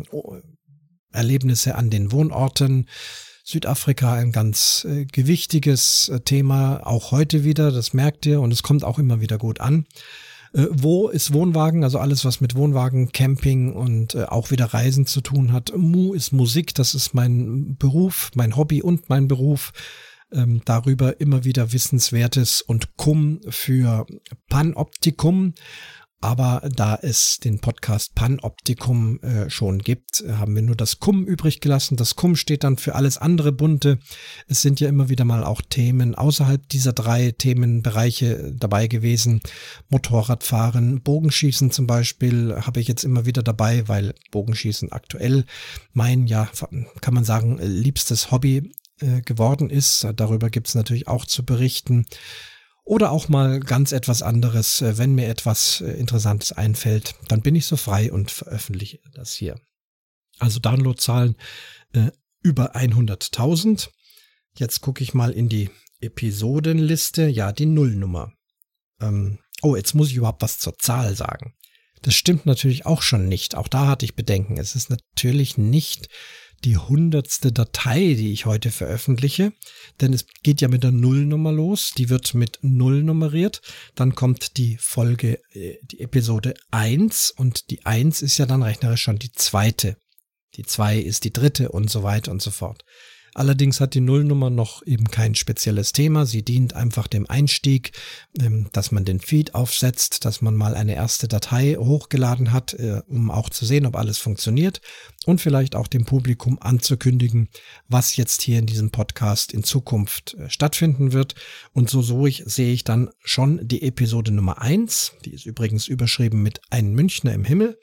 Speaker 1: Erlebnisse an den Wohnorten. Südafrika ein ganz äh, gewichtiges äh, Thema, auch heute wieder, das merkt ihr und es kommt auch immer wieder gut an. Äh, wo ist Wohnwagen, also alles, was mit Wohnwagen, Camping und äh, auch wieder Reisen zu tun hat. Mu ist Musik, das ist mein Beruf, mein Hobby und mein Beruf. Ähm, darüber immer wieder Wissenswertes und Cum für Panoptikum. Aber da es den Podcast Panoptikum äh, schon gibt, haben wir nur das Cum übrig gelassen. Das Cum steht dann für alles andere Bunte. Es sind ja immer wieder mal auch Themen außerhalb dieser drei Themenbereiche dabei gewesen. Motorradfahren, Bogenschießen zum Beispiel habe ich jetzt immer wieder dabei, weil Bogenschießen aktuell mein, ja, kann man sagen, liebstes Hobby äh, geworden ist. Darüber gibt es natürlich auch zu berichten. Oder auch mal ganz etwas anderes, wenn mir etwas Interessantes einfällt, dann bin ich so frei und veröffentliche das hier. Also Downloadzahlen äh, über hunderttausend. Jetzt gucke ich mal in die Episodenliste. Ja, die Nullnummer. Ähm, oh, jetzt muss ich überhaupt was zur Zahl sagen. Das stimmt natürlich auch schon nicht. Auch da hatte ich Bedenken. Es ist natürlich nicht die hundertste Datei, die ich heute veröffentliche, denn es geht ja mit der Nullnummer los, die wird mit Null nummeriert, dann kommt die Folge, die Episode eins und die eins ist ja dann rechnerisch schon die zweite, die zwei ist die dritte und so weiter und so fort. Allerdings hat die Nullnummer noch eben kein spezielles Thema. Sie dient einfach dem Einstieg, dass man den Feed aufsetzt, dass man mal eine erste Datei hochgeladen hat, um auch zu sehen, ob alles funktioniert und vielleicht auch dem Publikum anzukündigen, was jetzt hier in diesem Podcast in Zukunft stattfinden wird. Und so, so ich, sehe ich dann schon die Episode Nummer eins. Die ist übrigens überschrieben mit Ein Münchner im Himmel.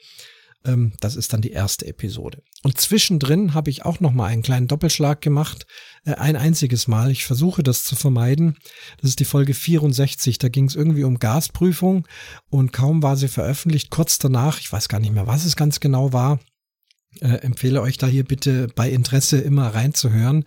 Speaker 1: Das ist dann die erste Episode. Und zwischendrin habe ich auch noch mal einen kleinen Doppelschlag gemacht, ein einziges Mal. Ich versuche das zu vermeiden. Das ist die Folge vierundsechzig. Da ging es irgendwie um Gasprüfung und kaum war sie veröffentlicht, kurz danach, ich weiß gar nicht mehr, was es ganz genau war, äh, empfehle euch da hier bitte bei Interesse immer reinzuhören.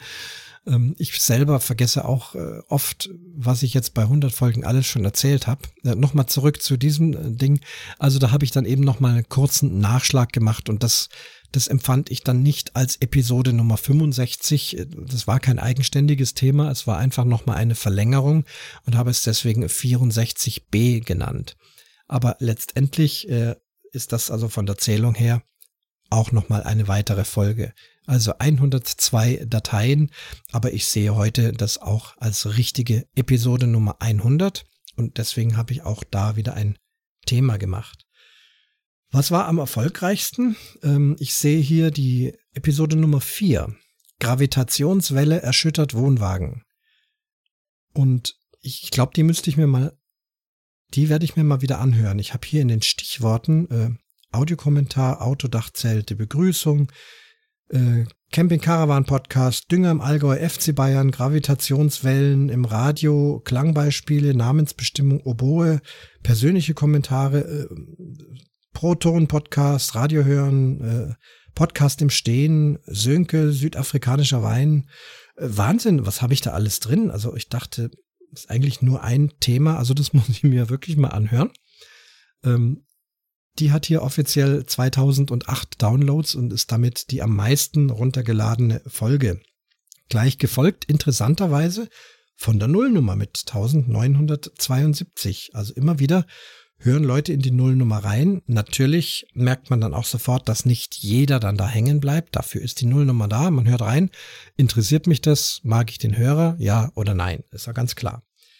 Speaker 1: Ich selber vergesse auch äh, oft, was ich jetzt bei hundert Folgen alles schon erzählt habe. Äh, Nochmal zurück zu diesem äh, Ding. Also da habe ich dann eben nochmal einen kurzen Nachschlag gemacht und das, das empfand ich dann nicht als Episode Nummer fünfundsechzig. Das war kein eigenständiges Thema. Es war einfach nochmal eine Verlängerung und habe es deswegen vierundsechzig b genannt. Aber letztendlich äh, ist das also von der Zählung her auch nochmal eine weitere Folge. Also hundertzwei Dateien, aber ich sehe heute das auch als richtige Episode Nummer hundert und deswegen habe ich auch da wieder ein Thema gemacht. Was war am erfolgreichsten? Ähm, ich sehe hier die Episode Nummer vier. Gravitationswelle erschüttert Wohnwagen. Und ich glaube, die müsste ich mir mal, die werde ich mir mal wieder anhören. Ich habe hier in den Stichworten äh, Audiokommentar, Autodachzelte, Begrüßung, Äh, Camping Caravan Podcast, Dünger im Allgäu, F C Bayern, Gravitationswellen im Radio, Klangbeispiele, Namensbestimmung, Oboe, persönliche Kommentare, äh, Proton Podcast, Radio hören, äh, Podcast im Stehen, Sönke, südafrikanischer Wein. Äh, Wahnsinn, was habe ich da alles drin? Also ich dachte, das ist eigentlich nur ein Thema, also das muss ich mir wirklich mal anhören. Ähm, Die hat hier offiziell zweitausendacht Downloads und ist damit die am meisten runtergeladene Folge. Gleich gefolgt, interessanterweise, von der Nullnummer mit neunzehnhundertzweiundsiebzig. Also immer wieder hören Leute in die Nullnummer rein. Natürlich merkt man dann auch sofort, dass nicht jeder dann da hängen bleibt. Dafür ist die Nullnummer da. Man hört rein. Interessiert mich das? Mag ich den Hörer? Ja oder nein? Ist ja ganz klar.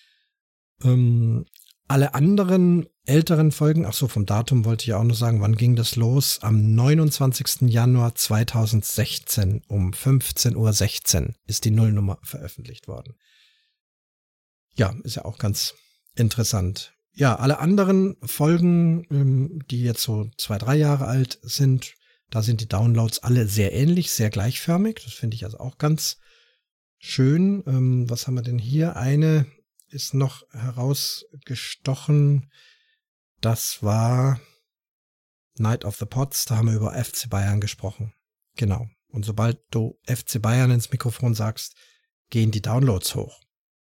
Speaker 1: Ähm, alle anderen älteren Folgen, ach so, vom Datum wollte ich auch noch sagen, wann ging das los? Am neunundzwanzigsten Januar zweitausendsechzehn um fünfzehn Uhr sechzehn ist die Nullnummer veröffentlicht worden. Ja, ist ja auch ganz interessant. ja, alle anderen Folgen, ähm, die jetzt so zwei, drei Jahre alt sind, da sind die Downloads alle sehr ähnlich, sehr gleichförmig. Das finde ich also auch ganz schön. Ähm, was haben wir denn hier? Eine ist noch herausgestochen. Das war Night of the Pots. Da haben wir über F C Bayern gesprochen. Genau. Und sobald du F C Bayern ins Mikrofon sagst, gehen die Downloads hoch.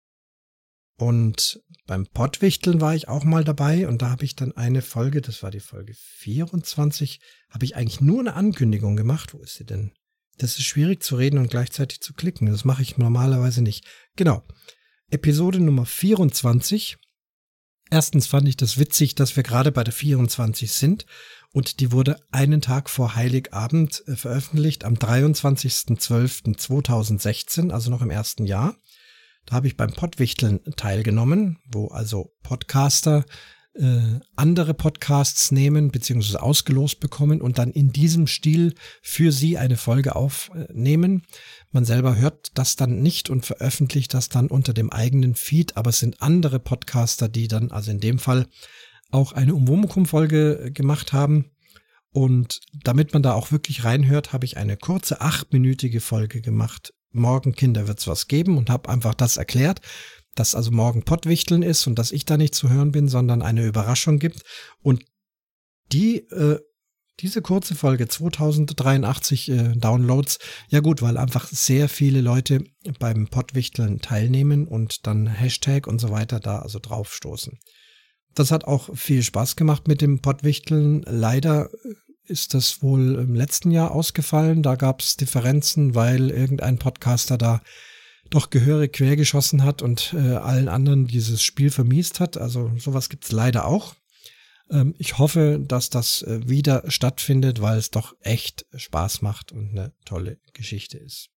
Speaker 1: Und beim Pottwichteln war ich auch mal dabei und da habe ich dann eine Folge, das war die Folge vierundzwanzig, habe ich eigentlich nur eine Ankündigung gemacht. Wo ist sie denn? Das ist schwierig zu reden und gleichzeitig zu klicken. Das mache ich normalerweise nicht. Genau. Episode Nummer vierundzwanzig. Erstens fand ich das witzig, dass wir gerade bei der vierundzwanzig sind und die wurde einen Tag vor Heiligabend äh, veröffentlicht, am dreiundzwanzigsten zwölften zweitausendsechzehn, also noch im ersten Jahr. Da habe ich beim Pottwichteln teilgenommen, wo also Podcaster äh, andere Podcasts nehmen bzw. ausgelost bekommen und dann in diesem Stil für sie eine Folge aufnehmen. Man selber hört das dann nicht und veröffentlicht das dann unter dem eigenen Feed, aber es sind andere Podcaster, die dann, also in dem Fall, auch eine Umwomukum-Folge gemacht haben. Und damit man da auch wirklich reinhört, habe ich eine kurze achtminütige Folge gemacht. Morgen, Kinder, wird's was geben und habe einfach das erklärt, dass also morgen Pottwichteln ist und dass ich da nicht zu hören bin, sondern eine Überraschung gibt. Und die, äh, diese kurze Folge, zweitausenddreiundachtzig äh, Downloads, ja gut, weil einfach sehr viele Leute beim Pottwichteln teilnehmen und dann Hashtag und so weiter da also draufstoßen. Das hat auch viel Spaß gemacht mit dem Pottwichteln. Leider ist das wohl im letzten Jahr ausgefallen. Da gab es Differenzen, weil irgendein Podcaster da doch gehörig quergeschossen hat und äh, allen anderen dieses Spiel vermiest hat. Also sowas gibt's leider auch. Ähm, ich hoffe, dass das äh, wieder stattfindet, weil es doch echt Spaß macht und eine tolle Geschichte ist.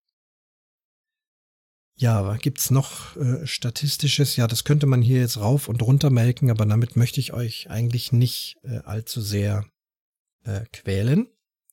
Speaker 1: Ja, gibt's noch äh, Statistisches? Ja, das könnte man hier jetzt rauf und runter melken, aber damit möchte ich euch eigentlich nicht äh, allzu sehr äh, quälen.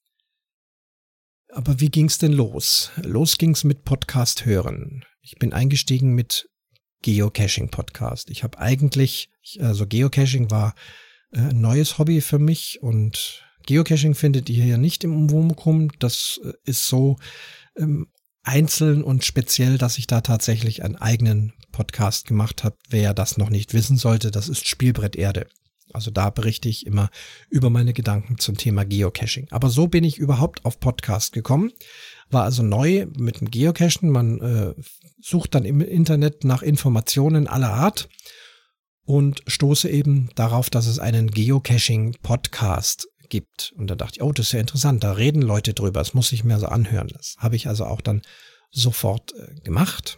Speaker 1: Aber wie ging's denn los? Los ging's mit Podcast hören. Ich bin eingestiegen mit Geocaching Podcast. Ich habe eigentlich, also Geocaching war äh, ein neues Hobby für mich und Geocaching findet ihr hier nicht im Umwomukum. Das äh, ist so ähm, einzeln und speziell, dass ich da tatsächlich einen eigenen Podcast gemacht habe. Wer das noch nicht wissen sollte, das ist Spielbrett Erde. Also da berichte ich immer über meine Gedanken zum Thema Geocaching. Aber so bin ich überhaupt auf Podcast gekommen. War also neu mit dem Geocachen. Man äh, sucht dann im Internet nach Informationen aller Art und stoße eben darauf, dass es einen Geocaching-Podcast gibt. Und da dachte ich, oh, das ist ja interessant, da reden Leute drüber, das muss ich mir so anhören. Das habe ich also auch dann sofort äh, gemacht.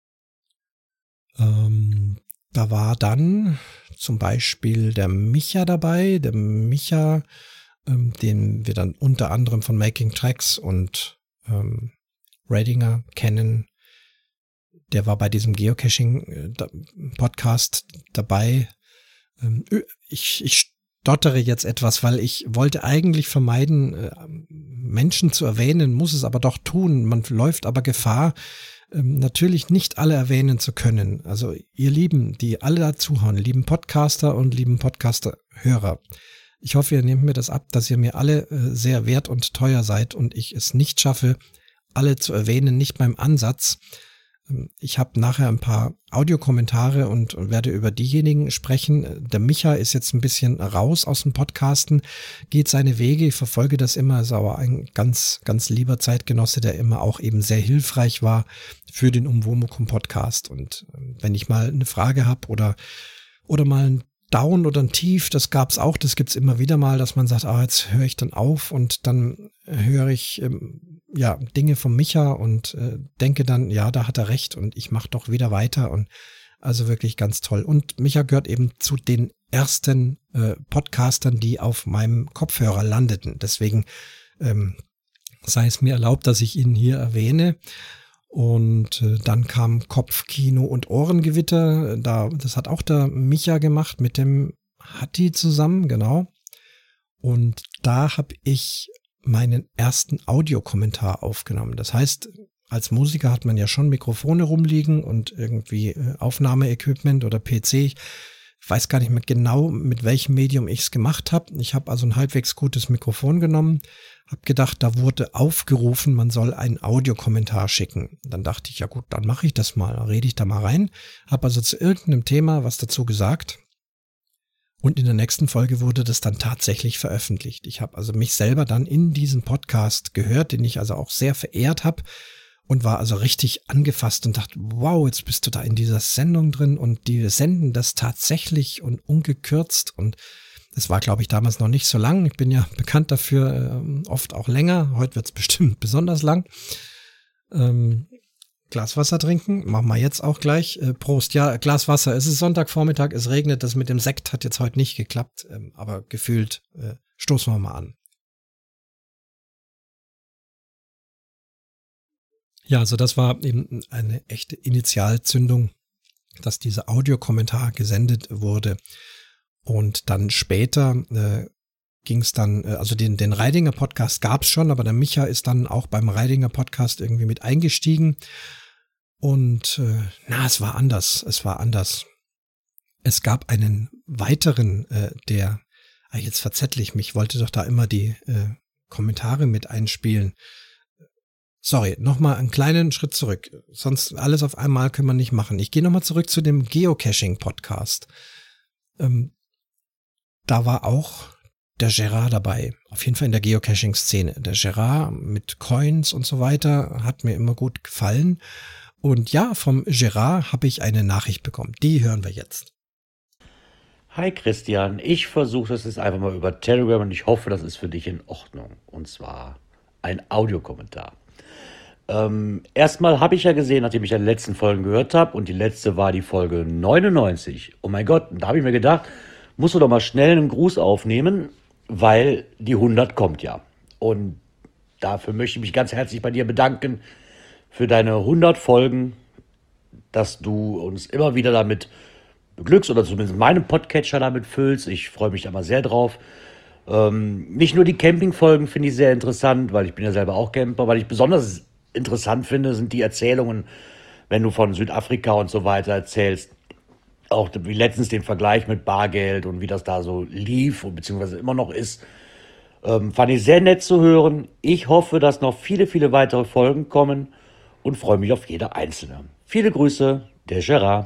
Speaker 1: Ähm, da war dann zum Beispiel der Micha dabei, der Micha, ähm, den wir dann unter anderem von Making Tracks und ähm, Radinger kennen. Der war bei diesem Geocaching-Podcast dabei. Ähm, ich, ich stottere jetzt etwas, weil ich wollte eigentlich vermeiden, äh, Menschen zu erwähnen, muss es aber doch tun. Man läuft aber Gefahr, ähm, natürlich nicht alle erwähnen zu können. Also ihr Lieben, die alle da zuhören, lieben Podcaster und lieben Podcaster-Hörer. Ich hoffe, ihr nehmt mir das ab, dass ihr mir alle äh, sehr wert und teuer seid und ich es nicht schaffe, alle zu erwähnen, nicht beim Ansatz. Ich habe nachher ein paar Audiokommentare und werde über diejenigen sprechen. Der Micha ist jetzt ein bisschen raus aus dem Podcasten, geht seine Wege. Ich verfolge das immer, ist aber ein ganz, ganz lieber Zeitgenosse, der immer auch eben sehr hilfreich war für den Umwomukum-Podcast. Und wenn ich mal eine Frage habe oder, oder mal ein Down oder ein Tief, das gab's auch, das gibt's immer wieder mal, dass man sagt, ah, jetzt höre ich dann auf und dann höre ich ähm, ja Dinge von Micha und äh, denke dann, ja, da hat er recht und ich mache doch wieder weiter und also wirklich ganz toll. Und Micha gehört eben zu den ersten äh, Podcastern, die auf meinem Kopfhörer landeten. Deswegen ähm, sei es mir erlaubt, dass ich ihn hier erwähne. Und äh, dann kam Kopfkino und Ohrengewitter. Da, das hat auch der Micha gemacht mit dem Hatti zusammen, genau. Und da habe ich meinen ersten Audiokommentar aufgenommen. Das heißt, als Musiker hat man ja schon Mikrofone rumliegen und irgendwie äh, Aufnahmeequipment oder P C. Ich weiß gar nicht mehr genau, mit welchem Medium ich es gemacht habe. Ich habe also ein halbwegs gutes Mikrofon genommen, habe gedacht, da wurde aufgerufen, man soll einen Audiokommentar schicken. Dann dachte ich, ja gut, dann mache ich das mal, rede ich da mal rein. Habe also zu irgendeinem Thema was dazu gesagt. Und in der nächsten Folge wurde das dann tatsächlich veröffentlicht. Ich habe also mich selber dann in diesem Podcast gehört, den ich also auch sehr verehrt habe und war also richtig angefasst und dachte, wow, jetzt bist du da in dieser Sendung drin und die senden das tatsächlich und ungekürzt. Und das war, glaube ich, damals noch nicht so lang. Ich bin ja bekannt dafür, äh, oft auch länger. Heute wird es bestimmt besonders lang. Ähm, Glas Wasser trinken, machen wir jetzt auch gleich. Äh, Prost, ja, Glas Wasser. Es ist Sonntagvormittag, es regnet, das mit dem Sekt hat jetzt heute nicht geklappt, ähm, aber gefühlt äh, stoßen wir mal an. Ja, also das war eben eine echte Initialzündung, dass dieser Audiokommentar gesendet wurde. Und dann später äh, ging es dann, äh, also den, den Reidinger Podcast gab es schon, aber der Micha ist dann auch beim Reidinger Podcast irgendwie mit eingestiegen. Und äh, na, es war anders, es war anders. Es gab einen weiteren, äh, der, ah, jetzt verzettle ich mich, wollte doch da immer die äh, Kommentare mit einspielen. Sorry, nochmal einen kleinen Schritt zurück, sonst alles auf einmal können wir nicht machen. Ich gehe nochmal zurück zu dem Geocaching-Podcast. Ähm, da war auch der Gerard dabei, auf jeden Fall in der Geocaching-Szene. Der Gerard mit Coins und so weiter hat mir immer gut gefallen. Und ja, vom Gerard habe ich eine Nachricht bekommen. Die hören wir jetzt.
Speaker 2: Hi Christian, ich versuche das jetzt einfach mal über Telegram und ich hoffe, das ist für dich in Ordnung. Und zwar ein Audiokommentar. Ähm, erstmal habe ich ja gesehen, nachdem ich die letzten Folgen gehört habe, und die letzte war die Folge neunundneunzig. Oh mein Gott, da habe ich mir gedacht, musst du doch mal schnell einen Gruß aufnehmen, weil die hundert kommt ja. Und dafür möchte ich mich ganz herzlich bei dir bedanken für deine hundert Folgen, dass du uns immer wieder damit beglückst oder zumindest meinen Podcatcher damit füllst. Ich freue mich da mal sehr drauf. Ähm, nicht nur die Campingfolgen finde ich sehr interessant, weil ich bin ja selber auch Camper. Weil ich besonders interessant finde, sind die Erzählungen, wenn du von Südafrika und so weiter erzählst. Auch wie letztens den Vergleich mit Bargeld und wie das da so lief und beziehungsweise immer noch ist. Ähm, fand ich sehr nett zu hören. Ich hoffe, dass noch viele, viele weitere Folgen kommen und freue mich auf jede einzelne. Viele Grüße, der Gerard.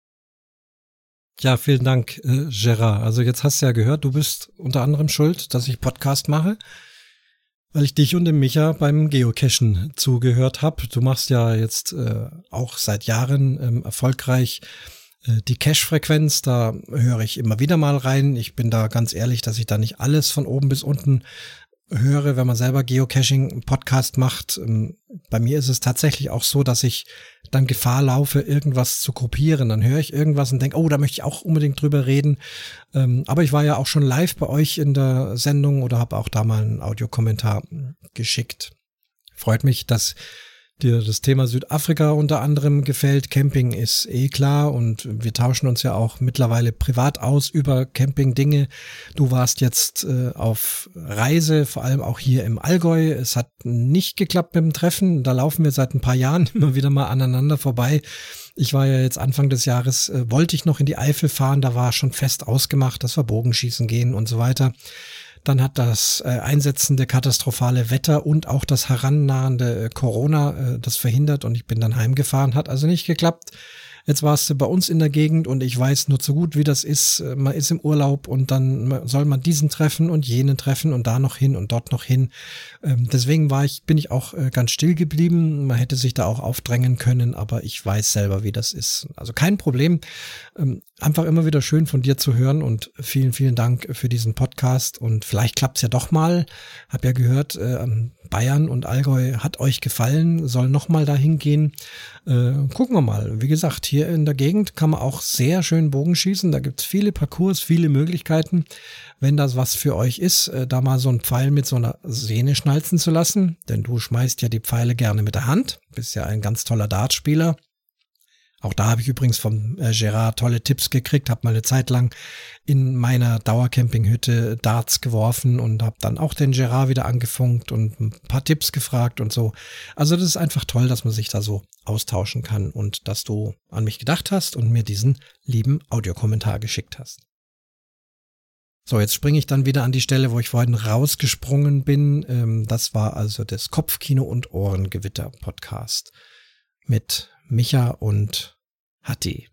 Speaker 1: Ja, vielen Dank, äh, Gerard. Also jetzt hast du ja gehört, du bist unter anderem schuld, dass ich Podcast mache, weil ich dich und dem Micha beim Geocachen zugehört habe. Du machst ja jetzt äh, auch seit Jahren ähm, erfolgreich äh, die Cache-Frequenz. Da höre ich immer wieder mal rein. Ich bin da ganz ehrlich, dass ich da nicht alles von oben bis unten höre, wenn man selber Geocaching-Podcast macht. Bei mir ist es tatsächlich auch so, dass ich dann Gefahr laufe, irgendwas zu kopieren. Dann höre ich irgendwas und denke, oh, da möchte ich auch unbedingt drüber reden. Aber ich war ja auch schon live bei euch in der Sendung oder habe auch da mal einen Audiokommentar geschickt. Freut mich, dass dir das Thema Südafrika unter anderem gefällt. Camping ist eh klar und wir tauschen uns ja auch mittlerweile privat aus über Camping-Dinge. Du warst jetzt äh, auf Reise, vor allem auch hier im Allgäu. Es hat nicht geklappt mit dem Treffen. Da laufen wir seit ein paar Jahren immer wieder mal aneinander vorbei. Ich war ja jetzt Anfang des Jahres, äh, wollte ich noch in die Eifel fahren. Da war schon fest ausgemacht, dass wir Bogenschießen gehen und so weiter. Dann hat das äh, einsetzende katastrophale Wetter und auch das herannahende äh, Corona äh, das verhindert und ich bin dann heimgefahren. Hat also nicht geklappt. Jetzt warst du bei uns in der Gegend und ich weiß nur zu gut, wie das ist. Man ist im Urlaub und dann soll man diesen treffen und jenen treffen und da noch hin und dort noch hin. Ähm, deswegen war ich, bin ich auch äh, ganz still geblieben. Man hätte sich da auch aufdrängen können, aber ich weiß selber, wie das ist. Also kein Problem. Ähm, einfach immer wieder schön von dir zu hören und vielen, vielen Dank für diesen Podcast und vielleicht klappt's ja doch mal. Hab ja gehört, äh, Bayern und Allgäu hat euch gefallen, soll nochmal dahin gehen. Äh, gucken wir mal. Wie gesagt, hier in der Gegend kann man auch sehr schön Bogenschießen. Da gibt's viele Parcours, viele Möglichkeiten. Wenn das was für euch ist, äh, da mal so einen Pfeil mit so einer Sehne schnalzen zu lassen, denn du schmeißt ja die Pfeile gerne mit der Hand. Bist ja ein ganz toller Dartspieler. Auch da habe ich übrigens vom äh, Gerard tolle Tipps gekriegt, habe mal eine Zeit lang in meiner Dauercampinghütte Darts geworfen und habe dann auch den Gerard wieder angefunkt und ein paar Tipps gefragt und so. Also das ist einfach toll, dass man sich da so austauschen kann und dass du an mich gedacht hast und mir diesen lieben Audiokommentar geschickt hast. So, jetzt springe ich dann wieder an die Stelle, wo ich vorhin rausgesprungen bin. Ähm, das war also das Kopfkino- und Ohrengewitter-Podcast mit Micha und Hatti.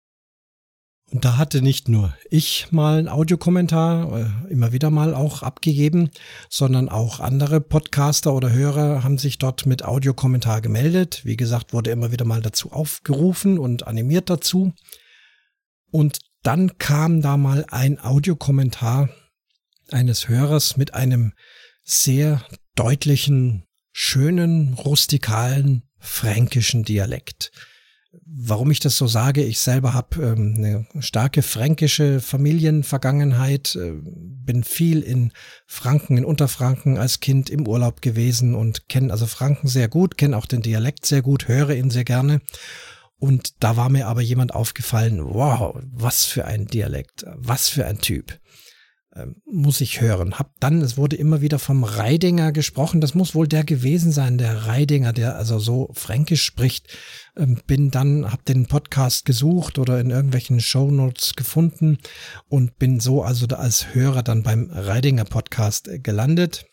Speaker 1: Und da hatte nicht nur ich mal einen Audiokommentar, äh, immer wieder mal auch abgegeben, sondern auch andere Podcaster oder Hörer haben sich dort mit Audiokommentar gemeldet. Wie gesagt, wurde immer wieder mal dazu aufgerufen und animiert dazu. Und dann kam da mal ein Audiokommentar eines Hörers mit einem sehr deutlichen, schönen, rustikalen, fränkischen Dialekt. Warum ich das so sage, ich selber habe ähm, eine starke fränkische Familienvergangenheit, äh, bin viel in Franken, in Unterfranken als Kind im Urlaub gewesen und kenne also Franken sehr gut, kenne auch den Dialekt sehr gut, höre ihn sehr gerne. Und da war mir aber jemand aufgefallen, wow, was für ein Dialekt, was für ein Typ. Ähm, muss ich hören. Hab dann, es wurde immer wieder vom Reidinger gesprochen, das muss wohl der gewesen sein, der Reidinger, der also so fränkisch spricht. Ähm, bin dann, hab den Podcast gesucht oder in irgendwelchen Shownotes gefunden und bin so also da als Hörer dann beim Reidinger Podcast gelandet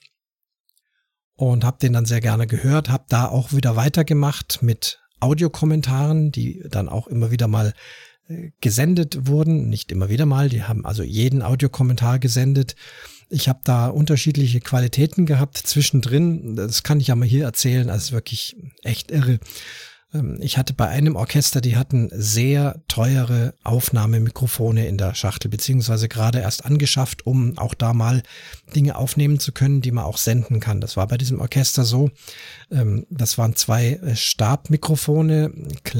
Speaker 1: und hab den dann sehr gerne gehört, hab da auch wieder weitergemacht mit Audiokommentaren, die dann auch immer wieder mal gesendet wurden, nicht immer wieder mal, die haben also jeden Audiokommentar gesendet. Ich habe da unterschiedliche Qualitäten gehabt zwischendrin, das kann ich ja mal hier erzählen, also wirklich echt irre. Ich hatte bei einem Orchester, die hatten sehr teure Aufnahmemikrofone in der Schachtel, beziehungsweise gerade erst angeschafft, um auch da mal Dinge aufnehmen zu können, die man auch senden kann. Das war bei diesem Orchester so. Das waren zwei Stabmikrofone,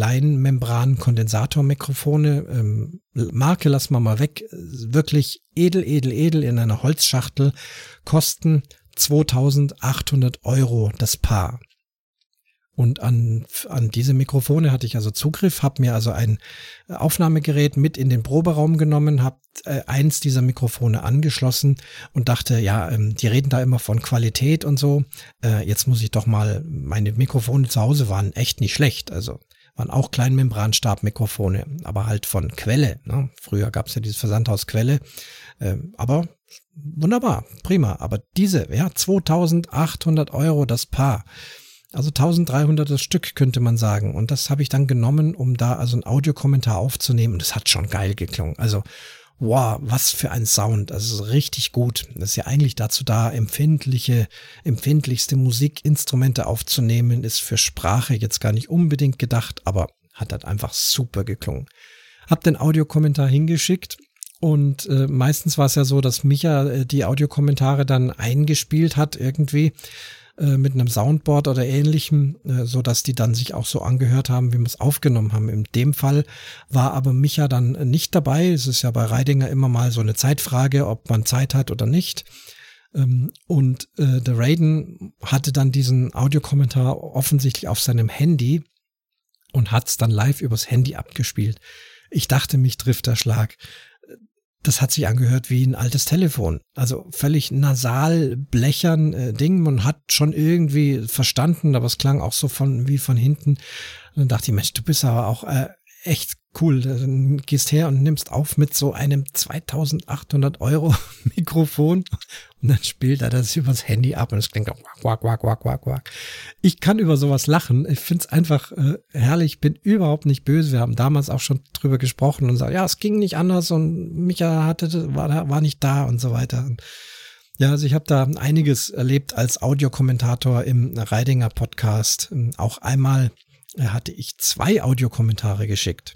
Speaker 1: Kleinmembran-Kondensatormikrofone. Marke lassen wir mal weg. Wirklich edel, edel, edel in einer Holzschachtel. Kosten zweitausendachthundert Euro das Paar. Und an, an diese Mikrofone hatte ich also Zugriff, habe mir also ein Aufnahmegerät mit in den Proberaum genommen, habe äh, eins dieser Mikrofone angeschlossen und dachte, ja, ähm, die reden da immer von Qualität und so. Äh, jetzt muss ich doch mal, meine Mikrofone zu Hause waren echt nicht schlecht, also waren auch Kleinmembranstabmikrofone, aber halt von Quelle. Ne? Früher gab es ja dieses Versandhaus Quelle, äh, aber wunderbar, prima. Aber diese, ja, zweitausendachthundert Euro das Paar. Also eintausenddreihundert das Stück, könnte man sagen. Und das habe ich dann genommen, um da also einen Audiokommentar aufzunehmen. Und das hat schon geil geklungen. Also, wow, was für ein Sound. Also richtig gut. Das ist ja eigentlich dazu da, empfindliche, empfindlichste Musikinstrumente aufzunehmen. Ist für Sprache jetzt gar nicht unbedingt gedacht, aber hat halt einfach super geklungen. Hab den Audiokommentar hingeschickt. Und äh, meistens war es ja so, dass Micha äh, die Audiokommentare dann eingespielt hat irgendwie mit einem Soundboard oder ähnlichem, so dass die dann sich auch so angehört haben, wie wir es aufgenommen haben. In dem Fall war aber Micha dann nicht dabei. Es ist ja bei Reidinger immer mal so eine Zeitfrage, ob man Zeit hat oder nicht. Und der Raiden hatte dann diesen Audiokommentar offensichtlich auf seinem Handy und hat es dann live übers Handy abgespielt. Ich dachte, mich trifft der Schlag. Das hat sich angehört wie ein altes Telefon. Also völlig nasal, blechern äh, Ding. Man hat schon irgendwie verstanden, aber es klang auch so von wie von hinten. Und dann dachte ich, Mensch, du bist aber auch äh, echt cool. Dann gehst her und nimmst auf mit so einem zweitausendachthundert Euro Mikrofon und dann spielt er das übers Handy ab und es klingt auch quack, quack, quack, quack, quack. Ich kann über sowas lachen. Ich finde es einfach äh, herrlich. Bin überhaupt nicht böse. Wir haben damals auch schon drüber gesprochen und gesagt, ja, es ging nicht anders und Micha hatte, war, war nicht da und so weiter. Ja, also ich habe da einiges erlebt als Audiokommentator im Reidinger Podcast. Auch einmal hatte ich zwei Audiokommentare geschickt.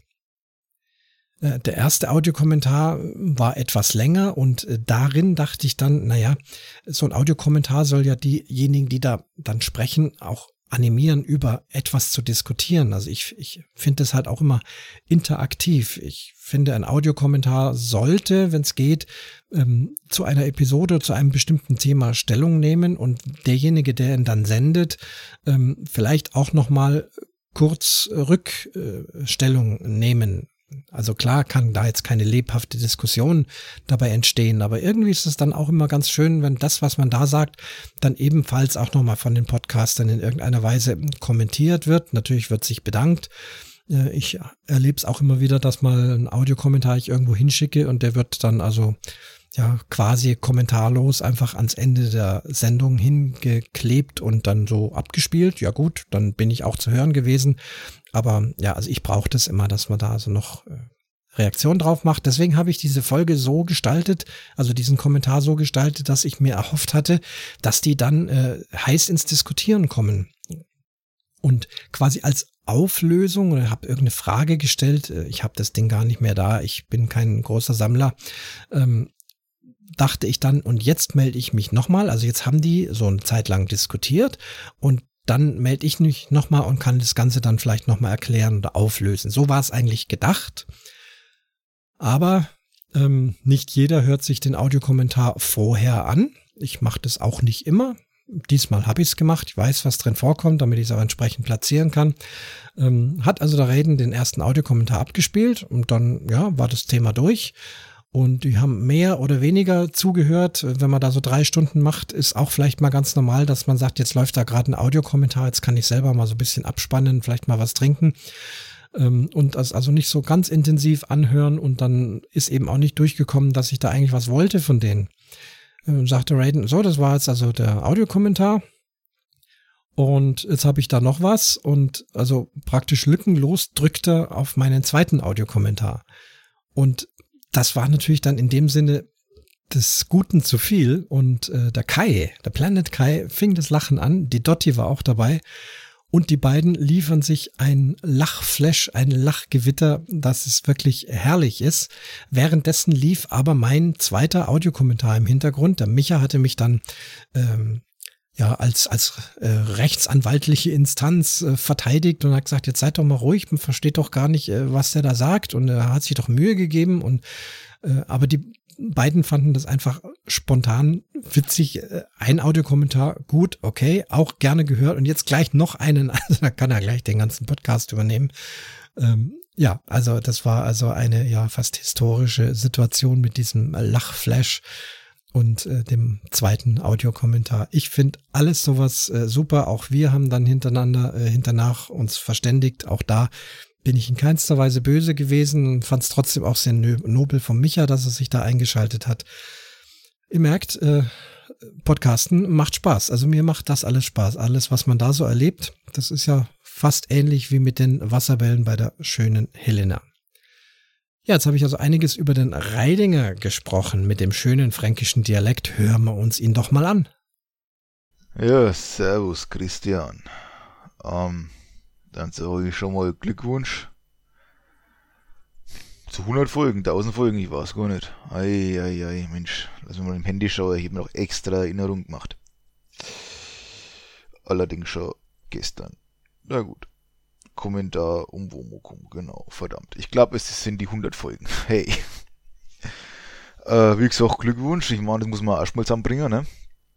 Speaker 1: Der erste Audiokommentar war etwas länger und darin dachte ich dann, naja, so ein Audiokommentar soll ja diejenigen, die da dann sprechen, auch animieren, über etwas zu diskutieren. Also ich, ich finde das halt auch immer interaktiv. Ich finde, ein Audiokommentar sollte, wenn es geht, ähm, zu einer Episode, zu einem bestimmten Thema Stellung nehmen und derjenige, der ihn dann sendet, ähm, vielleicht auch nochmal kurz Rückstellung nehmen. Also klar kann da jetzt keine lebhafte Diskussion dabei entstehen, aber irgendwie ist es dann auch immer ganz schön, wenn das, was man da sagt, dann ebenfalls auch nochmal von den Podcastern in irgendeiner Weise kommentiert wird. Natürlich wird sich bedankt. Ich erlebe es auch immer wieder, dass mal ein Audiokommentar ich irgendwo hinschicke und der wird dann also ja quasi kommentarlos einfach ans Ende der Sendung hingeklebt und dann so abgespielt. Ja gut, dann bin ich auch zu hören gewesen. Aber ja, also ich brauche das immer, dass man da also noch äh, Reaktion drauf macht. Deswegen habe ich diese Folge so gestaltet, also diesen Kommentar so gestaltet, dass ich mir erhofft hatte, dass die dann äh, heiß ins Diskutieren kommen. Und quasi als Auflösung, oder habe irgendeine Frage gestellt, äh, ich habe das Ding gar nicht mehr da, ich bin kein großer Sammler, ähm, dachte ich dann, und jetzt melde ich mich nochmal, also jetzt haben die so eine Zeit lang diskutiert und dann melde ich mich nochmal und kann das Ganze dann vielleicht nochmal erklären oder auflösen. So war es eigentlich gedacht. Aber ähm, nicht jeder hört sich den Audiokommentar vorher an. Ich mache das auch nicht immer. Diesmal habe ich es gemacht. Ich weiß, was drin vorkommt, damit ich es auch entsprechend platzieren kann. Ähm, hat also der Raiden den ersten Audiokommentar abgespielt und dann ja war das Thema durch. Und die haben mehr oder weniger zugehört. Wenn man da so drei Stunden macht, ist auch vielleicht mal ganz normal, dass man sagt, jetzt läuft da gerade ein Audiokommentar, jetzt kann ich selber mal so ein bisschen abspannen, vielleicht mal was trinken. Und das also nicht so ganz intensiv anhören. Und dann ist eben auch nicht durchgekommen, dass ich da eigentlich was wollte von denen. Und sagte Raiden, so, das war jetzt also der Audiokommentar. Und jetzt habe ich da noch was. Und also praktisch lückenlos drückt er auf meinen zweiten Audiokommentar. Und das war natürlich dann in dem Sinne des Guten zu viel und äh, der Kai, der Planet Kai, fing das Lachen an, die Dotti war auch dabei und die beiden liefern sich ein Lachflash, ein Lachgewitter, das es wirklich herrlich ist. Währenddessen lief aber mein zweiter Audiokommentar im Hintergrund. Der Micha hatte mich dann ähm, ja als als äh, rechtsanwaltliche Instanz äh, verteidigt und hat gesagt, jetzt seid doch mal ruhig, man versteht doch gar nicht, äh, was der da sagt und er äh, hat sich doch Mühe gegeben und äh, aber die beiden fanden das einfach spontan witzig, äh, ein Audiokommentar, gut, okay, auch gerne gehört und jetzt gleich noch einen, also da kann er gleich den ganzen Podcast übernehmen. Ähm, ja, also das war also eine ja fast historische Situation mit diesem Lachflash und äh, dem zweiten Audiokommentar. Ich finde alles sowas äh, super. Auch wir haben dann hintereinander, äh, hinternach uns verständigt. Auch da bin ich in keinster Weise böse gewesen und fand es trotzdem auch sehr nobel von Micha, dass er sich da eingeschaltet hat. Ihr merkt, äh, Podcasten macht Spaß. Also mir macht das alles Spaß. Alles, was man da so erlebt, das ist ja fast ähnlich wie mit den Wasserbällen bei der schönen Helena. Ja, jetzt habe ich also einiges über den Reidinger gesprochen mit dem schönen fränkischen Dialekt. Hören wir uns ihn doch mal an.
Speaker 3: Ja, servus Christian. Ähm, dann sage ich schon mal Glückwunsch zu hundert Folgen, tausend Folgen, ich weiß gar nicht. Ei, ei, ei, Mensch, lass mich mal im Handy schauen, ich habe mir noch extra Erinnerung gemacht. Allerdings schon gestern. Na gut. Kommentar um Womokum, genau, verdammt. Ich glaube, es sind die hundert Folgen. Hey. Äh, wie gesagt, Glückwunsch. Ich meine, das muss man erstmal zusammenbringen, ne?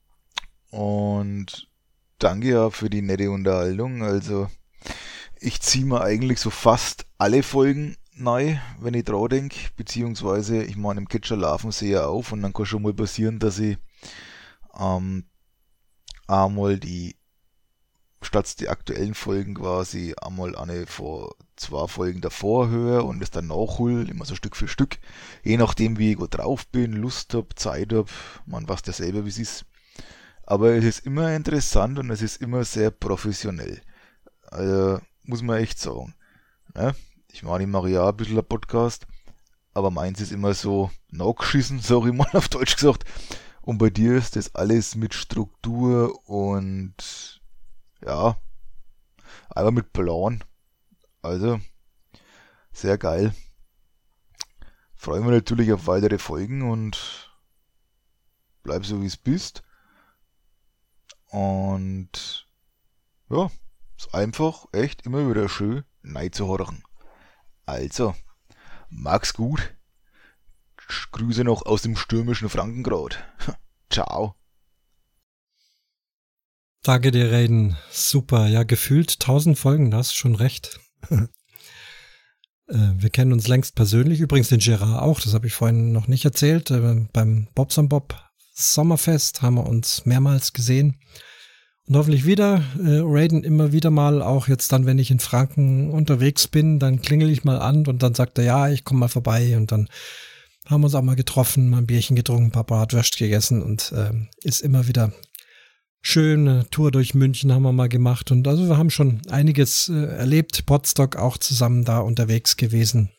Speaker 3: Und danke ja für die nette Unterhaltung. Also, ich ziehe mir eigentlich so fast alle Folgen neu, wenn ich dran denke. Beziehungsweise, ich meine, im Catcher laufen sie ja auf und dann kann schon mal passieren, dass ich ähm, einmal die statt die aktuellen Folgen quasi einmal eine vor zwei Folgen davor höre und es dann nachhole, immer so Stück für Stück, je nachdem wie ich gut drauf bin, Lust habe, Zeit habe, man weiß ja selber wie es ist. Aber es ist immer interessant und es ist immer sehr professionell. Also muss man echt sagen. Ne? Ich meine, ich mache ja ein bisschen ein Podcast, aber meins ist immer so nachgeschissen, sag ich mal auf Deutsch gesagt. Und bei dir ist das alles mit Struktur und ja, aber mit Plan. Also, sehr geil. Freuen wir natürlich auf weitere Folgen und bleib so wie es bist. Und ja, ist einfach echt immer wieder schön, neu zu horchen. Also, mag's gut. Grüße noch aus dem stürmischen Frankengrad. Ciao.
Speaker 1: Danke dir, Raiden. Super. Ja, gefühlt tausend Folgen, da hast du schon recht. Wir kennen uns längst persönlich. Übrigens den Gerard auch, das habe ich vorhin noch nicht erzählt. Beim Bobs on Bob Sommerfest haben wir uns mehrmals gesehen. Und hoffentlich wieder. Raiden immer wieder mal, auch jetzt dann, wenn ich in Franken unterwegs bin, dann klingel ich mal an und dann sagt er, ja, ich komme mal vorbei. Und dann haben wir uns auch mal getroffen, mal ein Bierchen getrunken, ein paar Bratwürst gegessen und äh, ist immer wieder schöne Tour durch München haben wir mal gemacht und also wir haben schon einiges äh, erlebt, Potsdok auch zusammen da unterwegs gewesen.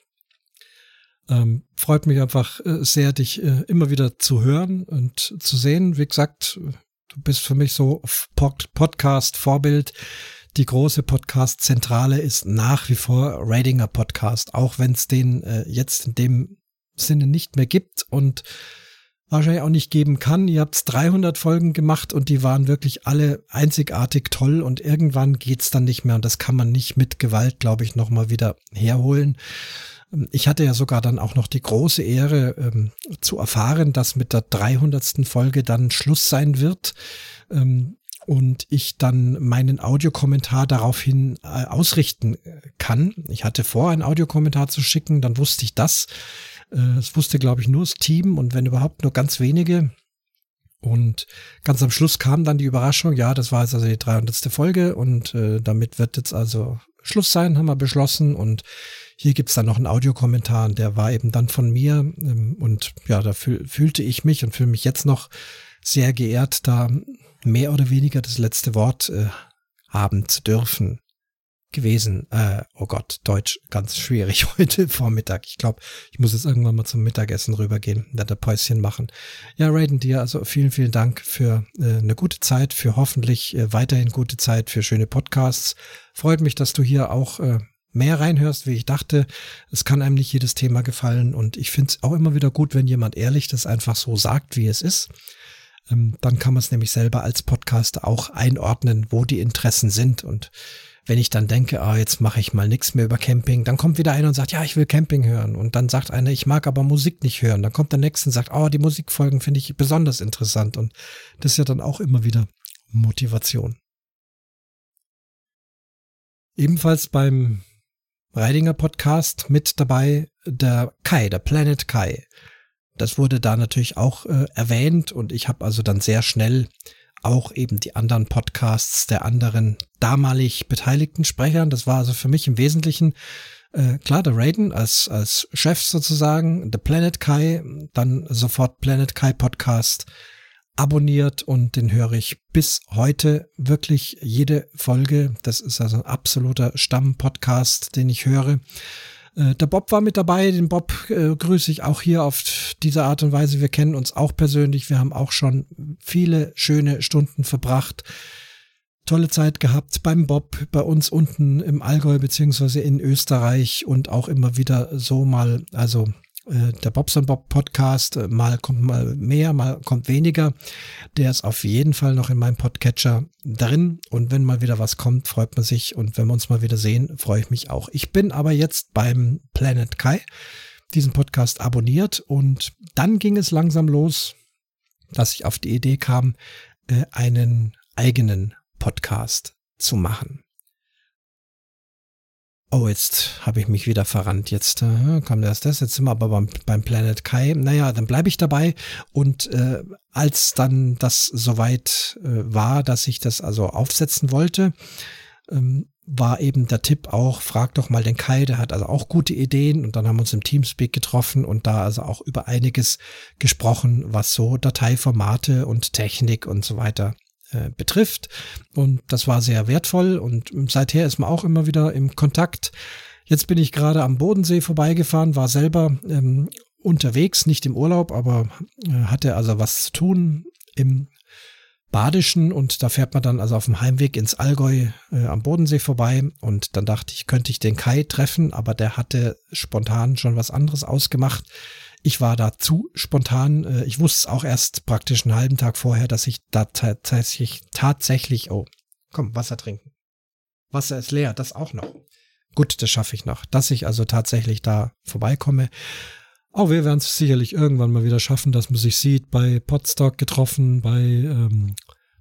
Speaker 1: Ähm, freut mich einfach äh, sehr, dich äh, immer wieder zu hören und zu sehen. Wie gesagt, du bist für mich so Pod- Podcast-Vorbild. Die große Podcast-Zentrale ist nach wie vor Raidinger Podcast, auch wenn es den äh, jetzt in dem Sinne nicht mehr gibt und wahrscheinlich auch nicht geben kann. Ihr habt dreihundert Folgen gemacht und die waren wirklich alle einzigartig toll und irgendwann geht's dann nicht mehr und das kann man nicht mit Gewalt, glaube ich, nochmal wieder herholen. Ich hatte ja sogar dann auch noch die große Ehre ähm, zu erfahren, dass mit der dreihundertsten Folge dann Schluss sein wird ähm, und ich dann meinen Audiokommentar daraufhin äh, ausrichten kann. Ich hatte vor, einen Audiokommentar zu schicken, dann wusste ich das. Es wusste, glaube ich, nur das Team und wenn überhaupt nur ganz wenige. Und ganz am Schluss kam dann die Überraschung, ja, das war jetzt also die dreihundertste Folge und äh, damit wird jetzt also Schluss sein, haben wir beschlossen. Und hier gibt's dann noch einen Audiokommentar und der war eben dann von mir. Ähm, und ja, da fühl, fühlte ich mich und fühle mich jetzt noch sehr geehrt, da mehr oder weniger das letzte Wort äh, haben zu dürfen. gewesen. Äh, oh Gott, Deutsch ganz schwierig heute Vormittag. Ich glaube, ich muss jetzt irgendwann mal zum Mittagessen rübergehen, dann ein Päuschen machen. Ja, Raiden, dir also vielen, vielen Dank für äh, eine gute Zeit, für hoffentlich äh, weiterhin gute Zeit, für schöne Podcasts. Freut mich, dass du hier auch äh, mehr reinhörst, wie ich dachte. Es kann einem nicht jedes Thema gefallen und ich finde es auch immer wieder gut, wenn jemand ehrlich das einfach so sagt, wie es ist. Ähm, dann kann man es nämlich selber als Podcaster auch einordnen, wo die Interessen sind und wenn ich dann denke, ah, jetzt mache ich mal nichts mehr über Camping, dann kommt wieder einer und sagt, ja, ich will Camping hören. Und dann sagt einer, ich mag aber Musik nicht hören. Dann kommt der Nächste und sagt, oh, die Musikfolgen finde ich besonders interessant. Und das ist ja dann auch immer wieder Motivation. Ebenfalls beim Raidinger Podcast mit dabei der Kai, der Planet Kai. Das wurde da natürlich auch äh, erwähnt und ich habe also dann sehr schnell auch eben die anderen Podcasts der anderen damalig beteiligten Sprechern. Das war also für mich im Wesentlichen äh, klar der Raiden als als Chef sozusagen, der Planet Kai, dann sofort Planet Kai Podcast abonniert und den höre ich bis heute wirklich jede Folge. Das ist also ein absoluter Stammpodcast, den ich höre. Der Bob war mit dabei, den Bob äh, grüße ich auch hier auf diese Art und Weise. Wir kennen uns auch persönlich, wir haben auch schon viele schöne Stunden verbracht, tolle Zeit gehabt beim Bob, bei uns unten im Allgäu beziehungsweise in Österreich und auch immer wieder so mal, also äh, der Bobs on Bob Podcast, äh, mal kommt mal mehr, mal kommt weniger. Der ist auf jeden Fall noch in meinem Podcatcher drin und wenn mal wieder was kommt, freut man sich und wenn wir uns mal wieder sehen, freue ich mich auch. Ich bin aber jetzt beim Planet Kai, diesen Podcast abonniert und dann ging es langsam los, dass ich auf die Idee kam, äh, einen eigenen Podcast zu machen. Oh, jetzt habe ich mich wieder verrannt. Jetzt äh, kam das, das. Jetzt sind wir aber beim, beim Planet Kai. Naja, dann bleibe ich dabei. Und äh, als dann das soweit äh, war, dass ich das also aufsetzen wollte, ähm, war eben der Tipp auch, frag doch mal den Kai, der hat also auch gute Ideen. Und dann haben wir uns im Teamspeak getroffen und da also auch über einiges gesprochen, was so Dateiformate und Technik und so weiter betrifft und das war sehr wertvoll und seither ist man auch immer wieder im Kontakt. Jetzt bin ich gerade am Bodensee vorbeigefahren, war selber ähm, unterwegs, nicht im Urlaub, aber äh, hatte also was zu tun im Badischen und da fährt man dann also auf dem Heimweg ins Allgäu äh, am Bodensee vorbei und dann dachte ich, könnte ich den Kai treffen, aber der hatte spontan schon was anderes ausgemacht. Ich war da zu spontan. Ich wusste es auch erst praktisch einen halben Tag vorher, dass ich da tatsächlich, tatsächlich, oh, komm, Wasser trinken. Wasser ist leer, das auch noch. Gut, das schaffe ich noch, dass ich also tatsächlich da vorbeikomme. Auch wir werden es sicherlich irgendwann mal wieder schaffen, dass man sich sieht, bei Potsdok getroffen, bei ähm,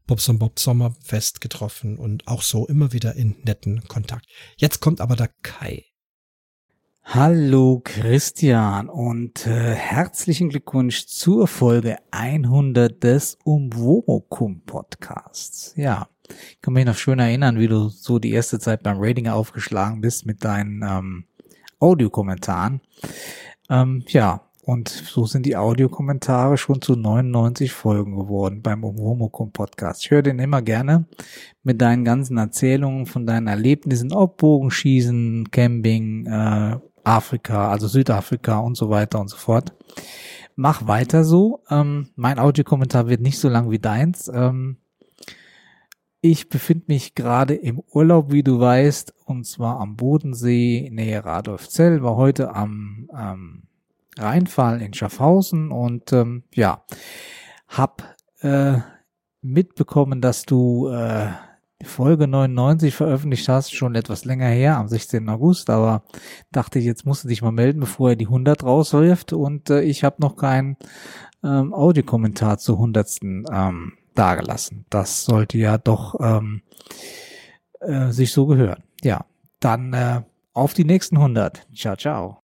Speaker 1: Bobson Bob Sommerfest getroffen und auch so immer wieder in netten Kontakt. Jetzt kommt aber der Kai.
Speaker 4: Hallo Christian und äh, herzlichen Glückwunsch zur Folge hundert des Umwomukum Podcasts. Ja, ich kann mich noch schön erinnern, wie du so die erste Zeit beim Ratinger aufgeschlagen bist mit deinen ähm, Audiokommentaren. Ähm, ja, und so sind die Audiokommentare schon zu neunundneunzig Folgen geworden beim Umwomukum Podcast. Ich höre den immer gerne mit deinen ganzen Erzählungen von deinen Erlebnissen, ob Bogenschießen, Camping, äh, Afrika, also Südafrika und so weiter und so fort. Mach weiter so. Ähm, mein Audiokommentar wird nicht so lang wie deins. Ähm, ich befinde mich gerade im Urlaub, wie du weißt, und zwar am Bodensee, nähe Radolfzell, war heute am ähm, Rheinfall in Schaffhausen und ähm, ja, hab äh, mitbekommen, dass du äh, Folge neunundneunzig veröffentlicht hast, schon etwas länger her, am sechzehnten August, aber dachte ich, jetzt musst du dich mal melden, bevor er die hundert rauswirft und äh, ich habe noch keinen ähm, Audiokommentar zur hundertsten Ähm, dagelassen. Das sollte ja doch ähm, äh, sich so gehören. Ja, dann äh, auf die nächsten hundert. Ciao, ciao.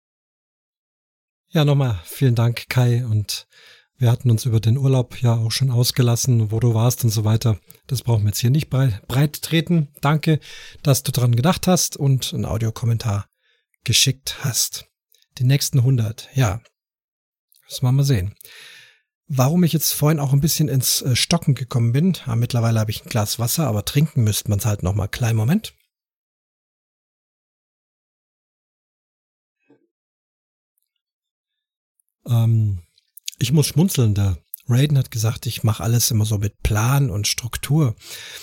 Speaker 1: Ja, nochmal vielen Dank, Kai, und wir hatten uns über den Urlaub ja auch schon ausgelassen, wo du warst und so weiter. Das brauchen wir jetzt hier nicht breit, breit treten. Danke, dass du dran gedacht hast und einen Audiokommentar geschickt hast. Die nächsten hundert, ja, das wollen wir mal sehen. Warum ich jetzt vorhin auch ein bisschen ins äh, Stocken gekommen bin, ja, mittlerweile habe ich ein Glas Wasser, aber trinken müsste man es halt nochmal. Kleinen Moment. Ähm, ich muss schmunzeln, der Raiden hat gesagt, ich mache alles immer so mit Plan und Struktur.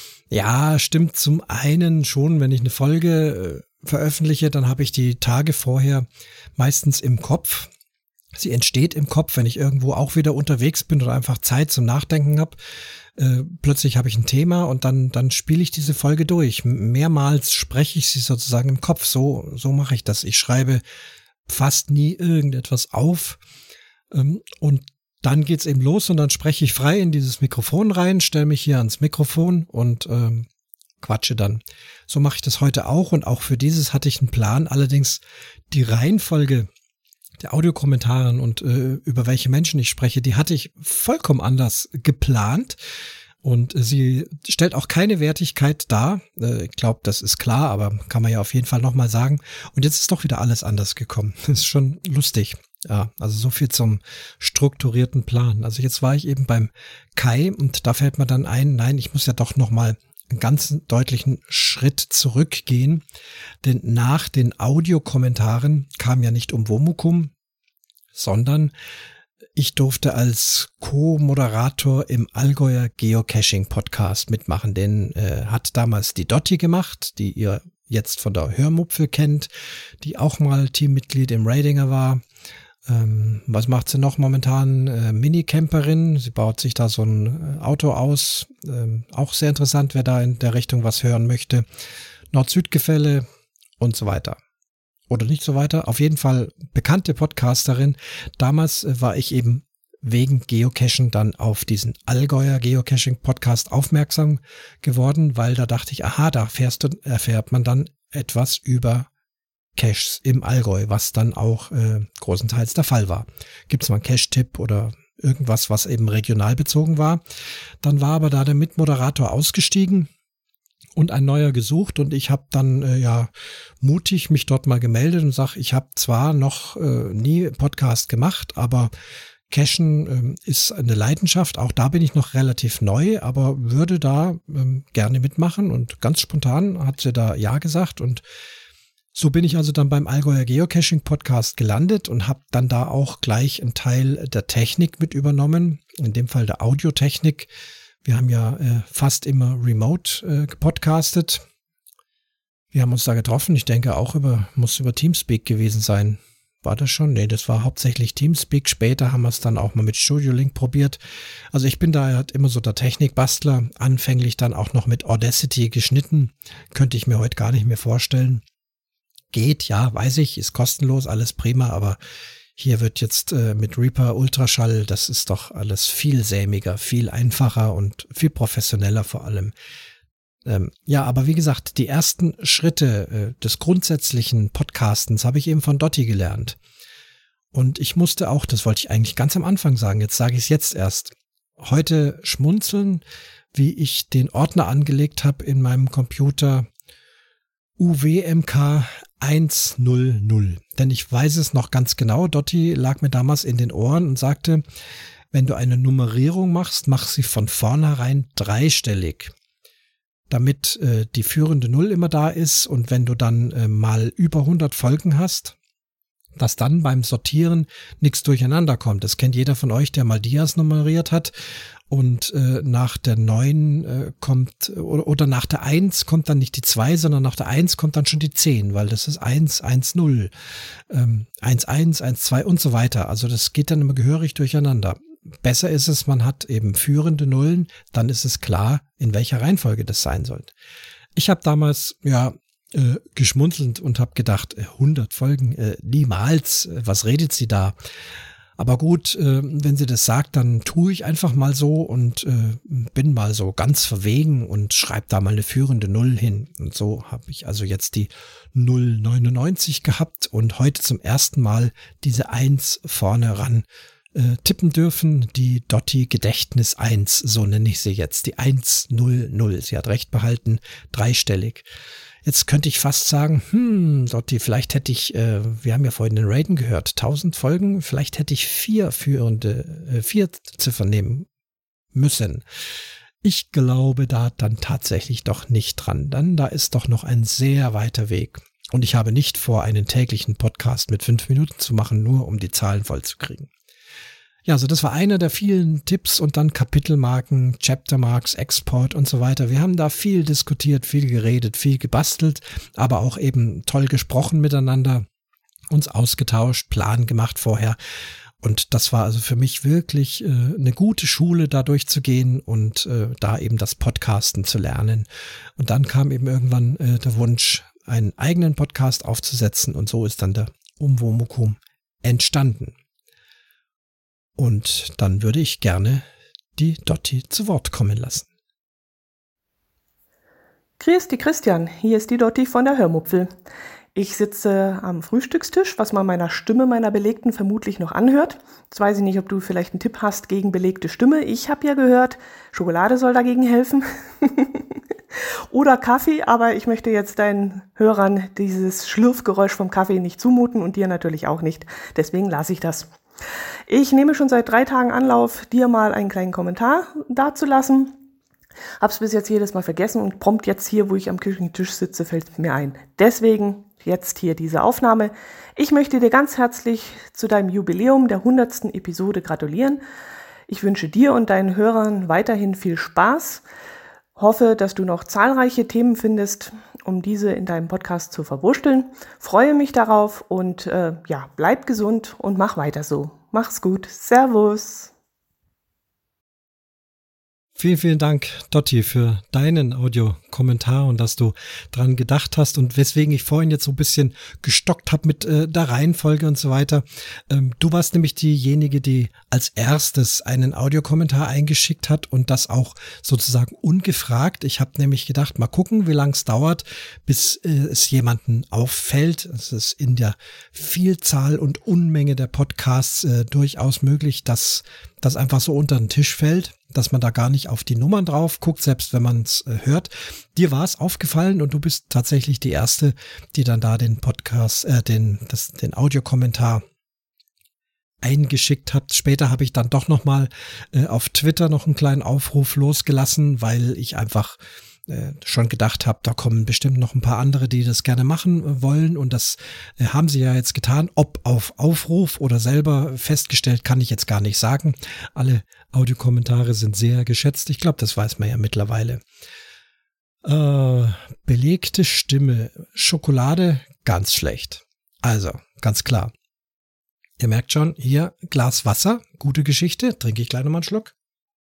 Speaker 1: Ja, stimmt zum einen schon, wenn ich eine Folge äh, veröffentliche, dann habe ich die Tage vorher meistens im Kopf. Sie entsteht im Kopf, wenn ich irgendwo auch wieder unterwegs bin oder einfach Zeit zum Nachdenken habe. Äh, plötzlich habe ich ein Thema und dann dann spiele ich diese Folge durch. Mehrmals spreche ich sie sozusagen im Kopf. So so mache ich das. Ich schreibe fast nie irgendetwas auf. Ähm, und dann geht's eben los und dann spreche ich frei in dieses Mikrofon rein, stelle mich hier ans Mikrofon und ähm, quatsche dann. So mache ich das heute auch und auch für dieses hatte ich einen Plan. Allerdings die Reihenfolge der Audiokommentaren und äh, über welche Menschen ich spreche, die hatte ich vollkommen anders geplant und äh, sie stellt auch keine Wertigkeit dar. Äh, ich glaube, das ist klar, aber kann man ja auf jeden Fall nochmal sagen. Und jetzt ist doch wieder alles anders gekommen. Das ist schon lustig. Ja, also so viel zum strukturierten Plan. Also jetzt war ich eben beim Kai und da fällt mir dann ein, nein, ich muss ja doch nochmal einen ganz deutlichen Schritt zurückgehen, denn nach den Audiokommentaren kam ja nicht Umwomukum, sondern ich durfte als Co-Moderator im Allgäuer Geocaching-Podcast mitmachen. Den äh, hat damals die Dotti gemacht, die ihr jetzt von der Hörmupfel kennt, die auch mal Teammitglied im Ratinger war. Ähm, was macht sie noch momentan? Äh, Minicamperin. Sie baut sich da so ein äh, Auto aus. Ähm, auch sehr interessant, wer da in der Richtung was hören möchte. Nord-Süd-Gefälle und so weiter. Oder nicht so weiter. Auf jeden Fall bekannte Podcasterin. Damals äh, war ich eben wegen Geocachen dann auf diesen Allgäuer Geocaching-Podcast aufmerksam geworden, weil da dachte ich, aha, da erfährst du, erfährt man dann etwas über Caches im Allgäu, was dann auch äh, großenteils der Fall war. Gibt es mal einen Cache-Tipp oder irgendwas, was eben regional bezogen war. Dann war aber da der Mitmoderator ausgestiegen und ein neuer gesucht und ich habe dann äh, ja mutig mich dort mal gemeldet und sage, ich habe zwar noch äh, nie Podcast gemacht, aber Cachen ähm, ist eine Leidenschaft, auch da bin ich noch relativ neu, aber würde da ähm, gerne mitmachen und ganz spontan hat sie da ja gesagt und so bin ich also dann beim Allgäuer Geocaching Podcast gelandet und habe dann da auch gleich einen Teil der Technik mit übernommen, in dem Fall der Audiotechnik. Wir haben ja äh, fast immer remote äh, gepodcastet. Wir haben uns da getroffen, ich denke auch über, muss über Teamspeak gewesen sein. War das schon? Nee, das war hauptsächlich Teamspeak. Später haben wir es dann auch mal mit Studio Link probiert. Also ich bin da halt immer so der Technikbastler, anfänglich dann auch noch mit Audacity geschnitten. Könnte ich mir heute gar nicht mehr vorstellen. Geht, ja, weiß ich, ist kostenlos, alles prima, aber hier wird jetzt äh, mit Reaper Ultraschall, das ist doch alles viel sämiger, viel einfacher und viel professioneller vor allem. Ähm, ja, aber wie gesagt, die ersten Schritte äh, des grundsätzlichen Podcastens habe ich eben von Dotti gelernt. Und ich musste auch, das wollte ich eigentlich ganz am Anfang sagen, jetzt sage ich es jetzt erst, heute schmunzeln, wie ich den Ordner angelegt habe in meinem Computer U W M K hundertzehn. Denn ich weiß es noch ganz genau, Dotti lag mir damals in den Ohren und sagte, wenn du eine Nummerierung machst, mach sie von vornherein dreistellig, damit äh, die führende Null immer da ist und wenn du dann äh, mal über hundert Folgen hast, dass dann beim Sortieren nichts durcheinander kommt. Das kennt jeder von euch, der mal Dias nummeriert hat und äh, nach der neun äh, kommt oder, oder nach der eins kommt dann nicht die zwei, sondern nach der eins kommt dann schon die zehn, weil das ist eins, eins, null, ähm, eins, eins, eins, zwei und so weiter. Also das geht dann immer gehörig durcheinander. Besser ist es, man hat eben führende Nullen, dann ist es klar, in welcher Reihenfolge das sein soll. Ich habe damals, ja, äh, geschmunzelt und habe gedacht, äh, hundert Folgen, äh, niemals, äh, was redet sie da? Aber gut, äh, wenn sie das sagt, dann tue ich einfach mal so und äh, bin mal so ganz verwegen und schreibe da mal eine führende Null hin. Und so habe ich also jetzt die null Komma neunundneunzig gehabt und heute zum ersten Mal diese eins vorne ran Äh, tippen dürfen, die Dotti Gedächtnis eins, so nenne ich sie jetzt, die hundertzehn. Sie hat recht behalten, dreistellig. Jetzt könnte ich fast sagen, hm, Dotti, vielleicht hätte ich, äh, wir haben ja vorhin den Raiden gehört, tausend Folgen, vielleicht hätte ich vier führende, äh, vier Ziffern nehmen müssen. Ich glaube da dann tatsächlich doch nicht dran, dann da ist doch noch ein sehr weiter Weg. Und ich habe nicht vor, einen täglichen Podcast mit fünf Minuten zu machen, nur um die Zahlen voll zu kriegen. Ja, also das war einer der vielen Tipps und dann Kapitelmarken, Chaptermarks, Export und so weiter. Wir haben da viel diskutiert, viel geredet, viel gebastelt, aber auch eben toll gesprochen miteinander, uns ausgetauscht, Plan gemacht vorher. Und das war also für mich wirklich äh, eine gute Schule, da durchzugehen und äh, da eben das Podcasten zu lernen. Und dann kam eben irgendwann äh, der Wunsch, einen eigenen Podcast aufzusetzen und so ist dann der Umwomukum entstanden. Und dann würde ich gerne die Dotti zu Wort kommen lassen.
Speaker 5: Grüß dich, Christian. Hier ist die Dotti von der Hörmupfel. Ich sitze am Frühstückstisch, was man meiner Stimme, meiner Belegten, vermutlich noch anhört. Jetzt weiß ich nicht, ob du vielleicht einen Tipp hast gegen belegte Stimme. Ich habe ja gehört, Schokolade soll dagegen helfen. Oder Kaffee, aber ich möchte jetzt deinen Hörern dieses Schlürfgeräusch vom Kaffee nicht zumuten und dir natürlich auch nicht. Deswegen lasse ich das. Ich nehme schon seit drei Tagen Anlauf, dir mal einen kleinen Kommentar dazulassen. Hab's bis jetzt jedes Mal vergessen und prompt jetzt hier, wo ich am Küchentisch sitze, fällt mir ein. Deswegen jetzt hier diese Aufnahme. Ich möchte dir ganz herzlich zu deinem Jubiläum der hundertsten Episode gratulieren. Ich wünsche dir und deinen Hörern weiterhin viel Spaß. Hoffe, dass du noch zahlreiche Themen findest, um diese in deinem Podcast zu verwursteln. Freue mich darauf und äh, ja, bleib gesund und mach weiter so. Mach's gut. Servus.
Speaker 1: Vielen, vielen Dank, Dotti, für deinen Audiokommentar und dass du dran gedacht hast und weswegen ich vorhin jetzt so ein bisschen gestockt habe mit äh, der Reihenfolge und so weiter. Ähm, du warst nämlich diejenige, die als erstes einen Audiokommentar eingeschickt hat und das auch sozusagen ungefragt. Ich habe nämlich gedacht, mal gucken, wie lang es dauert, bis äh, es jemanden auffällt. Es ist in der Vielzahl und Unmenge der Podcasts äh, durchaus möglich, dass das einfach so unter den Tisch fällt, dass man da gar nicht auf die Nummern drauf guckt, selbst wenn man es äh, hört. Dir war es aufgefallen und du bist tatsächlich die Erste, die dann da den Podcast, äh, den, das, den Audiokommentar eingeschickt hat. Später habe ich dann doch nochmal äh, auf Twitter noch einen kleinen Aufruf losgelassen, weil ich einfach äh, schon gedacht habe, da kommen bestimmt noch ein paar andere, die das gerne machen wollen und das äh, haben sie ja jetzt getan. Ob auf Aufruf oder selber festgestellt, kann ich jetzt gar nicht sagen. Alle Audiokommentare sind sehr geschätzt. Ich glaube, das weiß man ja mittlerweile. Äh, belegte Stimme, Schokolade, ganz schlecht. Also, ganz klar. Ihr merkt schon, hier Glas Wasser, gute Geschichte. Trinke ich gleich nochmal einen Schluck.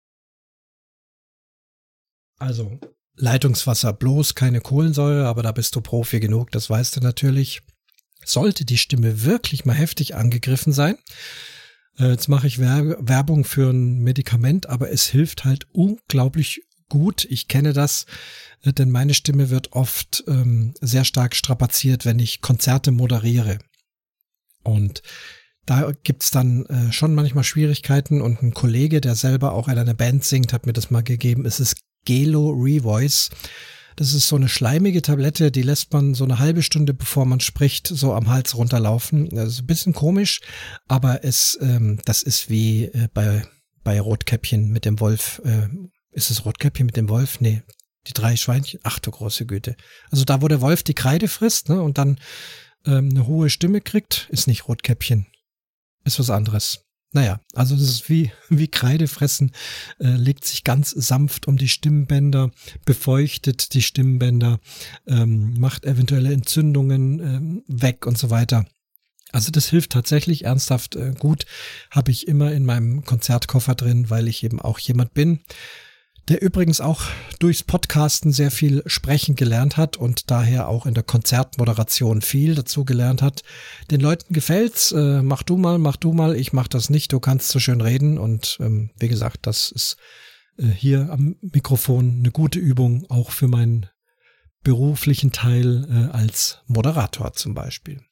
Speaker 1: Also, Leitungswasser, bloß keine Kohlensäure, aber da bist du Profi genug, das weißt du natürlich. Sollte die Stimme wirklich mal heftig angegriffen sein, äh, jetzt mache ich Werbe, Werbung für ein Medikament, aber es hilft halt unglaublich gut. Ich kenne das, äh, denn meine Stimme wird oft ähm, sehr stark strapaziert, wenn ich Konzerte moderiere. Und da gibt's dann äh, schon manchmal Schwierigkeiten, und ein Kollege, der selber auch in einer Band singt, hat mir das mal gegeben. Es ist Gelo Revoice. Das ist so eine schleimige Tablette, die lässt man so eine halbe Stunde, bevor man spricht, so am Hals runterlaufen. Das ist ein bisschen komisch, aber es, ähm, das ist wie äh, bei, bei Rotkäppchen mit dem Wolf. Äh, ist es Rotkäppchen mit dem Wolf? Nee, die drei Schweinchen. Ach du große Güte. Also da, wo der Wolf die Kreide frisst, ne, und dann ähm, eine hohe Stimme kriegt, ist nicht Rotkäppchen. Ist was anderes. Naja, also das ist wie, wie Kreide fressen, äh, legt sich ganz sanft um die Stimmbänder, befeuchtet die Stimmbänder, ähm, macht eventuelle Entzündungen ähm, weg und so weiter. Also das hilft tatsächlich ernsthaft äh, gut, habe ich immer in meinem Konzertkoffer drin, weil ich eben auch jemand bin, der übrigens auch durchs Podcasten sehr viel sprechen gelernt hat und daher auch in der Konzertmoderation viel dazu gelernt hat. Den Leuten gefällt's, äh, mach du mal, mach du mal, ich mach das nicht, du kannst so schön reden, und ähm, wie gesagt, das ist äh, hier am Mikrofon eine gute Übung, auch für meinen beruflichen Teil äh, als Moderator zum Beispiel.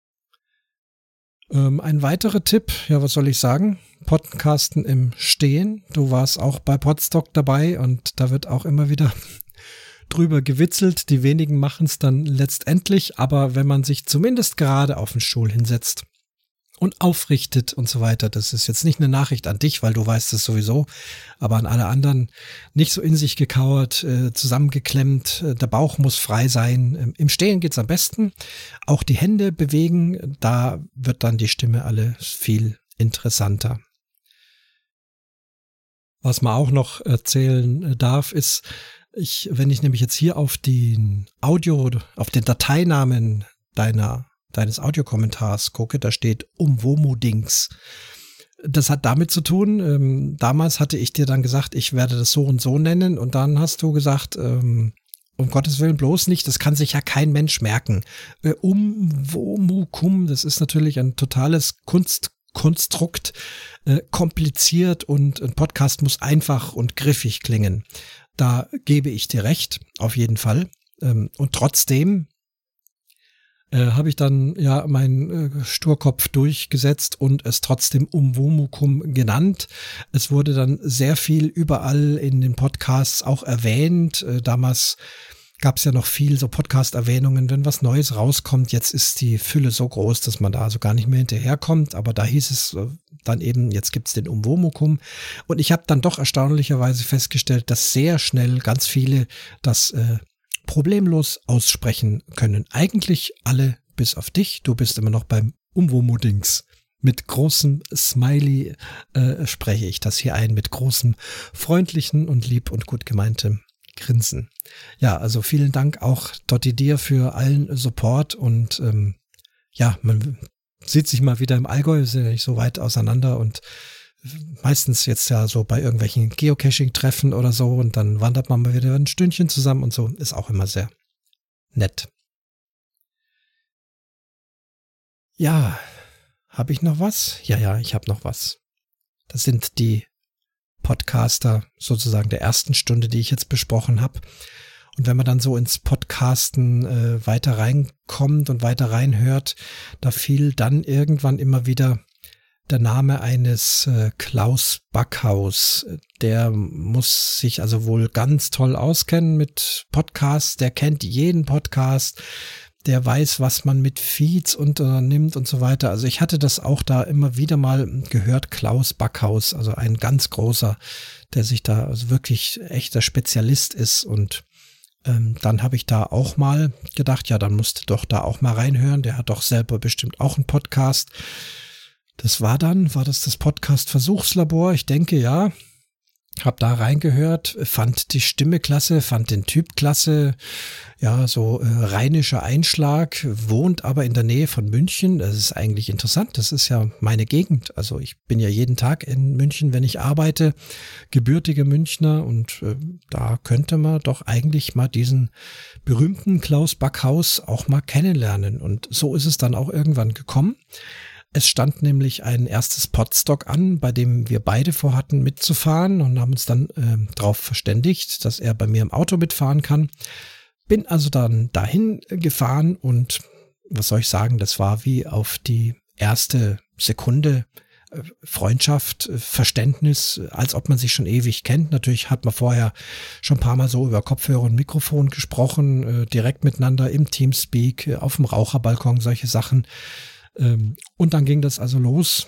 Speaker 1: Ähm, ein weiterer Tipp, ja, was soll ich sagen? Podcasten im Stehen. Du warst auch bei Podstock dabei, und da wird auch immer wieder drüber gewitzelt. Die wenigen machen es dann letztendlich, aber wenn man sich zumindest gerade auf den Stuhl hinsetzt und aufrichtet und so weiter, das ist jetzt nicht eine Nachricht an dich, weil du weißt es sowieso, aber an alle anderen, nicht so in sich gekauert, äh, zusammengeklemmt, äh, der Bauch muss frei sein. Ähm, Im Stehen geht's am besten. Auch die Hände bewegen, da wird dann die Stimme alle viel interessanter. Was man auch noch erzählen darf, ist, ich, wenn ich nämlich jetzt hier auf den Audio, auf den Dateinamen deiner, deines Audiokommentars gucke, da steht Umwomo-Dings. Das hat damit zu tun, ähm, damals hatte ich dir dann gesagt, ich werde das so und so nennen, und dann hast du gesagt, ähm, um Gottes Willen bloß nicht, das kann sich ja kein Mensch merken. Äh, Umwomukum, das ist natürlich ein totales Kunst Konstrukt, äh, kompliziert, und ein Podcast muss einfach und griffig klingen. Da gebe ich dir recht, auf jeden Fall. Ähm, und trotzdem äh, habe ich dann ja meinen äh, Sturkopf durchgesetzt und es trotzdem Umwomukum genannt. Es wurde dann sehr viel überall in den Podcasts auch erwähnt. Äh, damals gab es ja noch viel so Podcast-Erwähnungen, wenn was Neues rauskommt. Jetzt ist die Fülle so groß, dass man da also gar nicht mehr hinterherkommt. Aber da hieß es dann eben, jetzt gibt's den Umwomukum. Und ich habe dann doch erstaunlicherweise festgestellt, dass sehr schnell ganz viele das äh, problemlos aussprechen können. Eigentlich alle bis auf dich. Du bist immer noch beim Umwomo-Dings. Mit großem Smiley äh, spreche ich das hier ein, mit großem freundlichen und lieb und gut gemeintem Grinsen. Ja, also vielen Dank auch Dotti dir für allen Support, und ähm, ja, man sieht sich mal wieder im Allgäu, ist ja nicht so weit auseinander, und meistens jetzt ja so bei irgendwelchen Geocaching-Treffen oder so, und dann wandert man mal wieder ein Stündchen zusammen und so, ist auch immer sehr nett. Ja, habe ich noch was? Ja, ja, ich habe noch was. Das sind die Podcaster sozusagen der ersten Stunde, die ich jetzt besprochen habe. Und wenn man dann so ins Podcasten äh, weiter reinkommt und weiter reinhört, da fiel dann irgendwann immer wieder der Name eines äh, Klaus Backhaus. Der muss sich also wohl ganz toll auskennen mit Podcasts, der kennt jeden Podcast, der weiß, was man mit Feeds unternimmt und so weiter. Also ich hatte das auch da immer wieder mal gehört, Klaus Backhaus, also ein ganz großer, der sich da also wirklich echter Spezialist ist. Und ähm, dann habe ich da auch mal gedacht, ja, dann musst du doch da auch mal reinhören. Der hat doch selber bestimmt auch einen Podcast. Das war dann, war das das Podcast Versuchslabor? Ich denke, ja. Hab da reingehört, fand die Stimme klasse, fand den Typ klasse, ja, so äh, rheinischer Einschlag, wohnt aber in der Nähe von München. Das ist eigentlich interessant, das ist ja meine Gegend. Also ich bin ja jeden Tag in München, wenn ich arbeite, gebürtiger Münchner, und äh, da könnte man doch eigentlich mal diesen berühmten Klaus Backhaus auch mal kennenlernen. Und so ist es dann auch irgendwann gekommen. Es stand nämlich ein erstes Podstock an, bei dem wir beide vorhatten mitzufahren, und haben uns dann äh, darauf verständigt, dass er bei mir im Auto mitfahren kann. Bin also dann dahin gefahren, und was soll ich sagen, das war wie auf die erste Sekunde äh, Freundschaft, äh, Verständnis, als ob man sich schon ewig kennt. Natürlich hat man vorher schon ein paar Mal so über Kopfhörer und Mikrofon gesprochen, äh, direkt miteinander im Teamspeak, äh, auf dem Raucherbalkon, solche Sachen. Und dann ging das also los,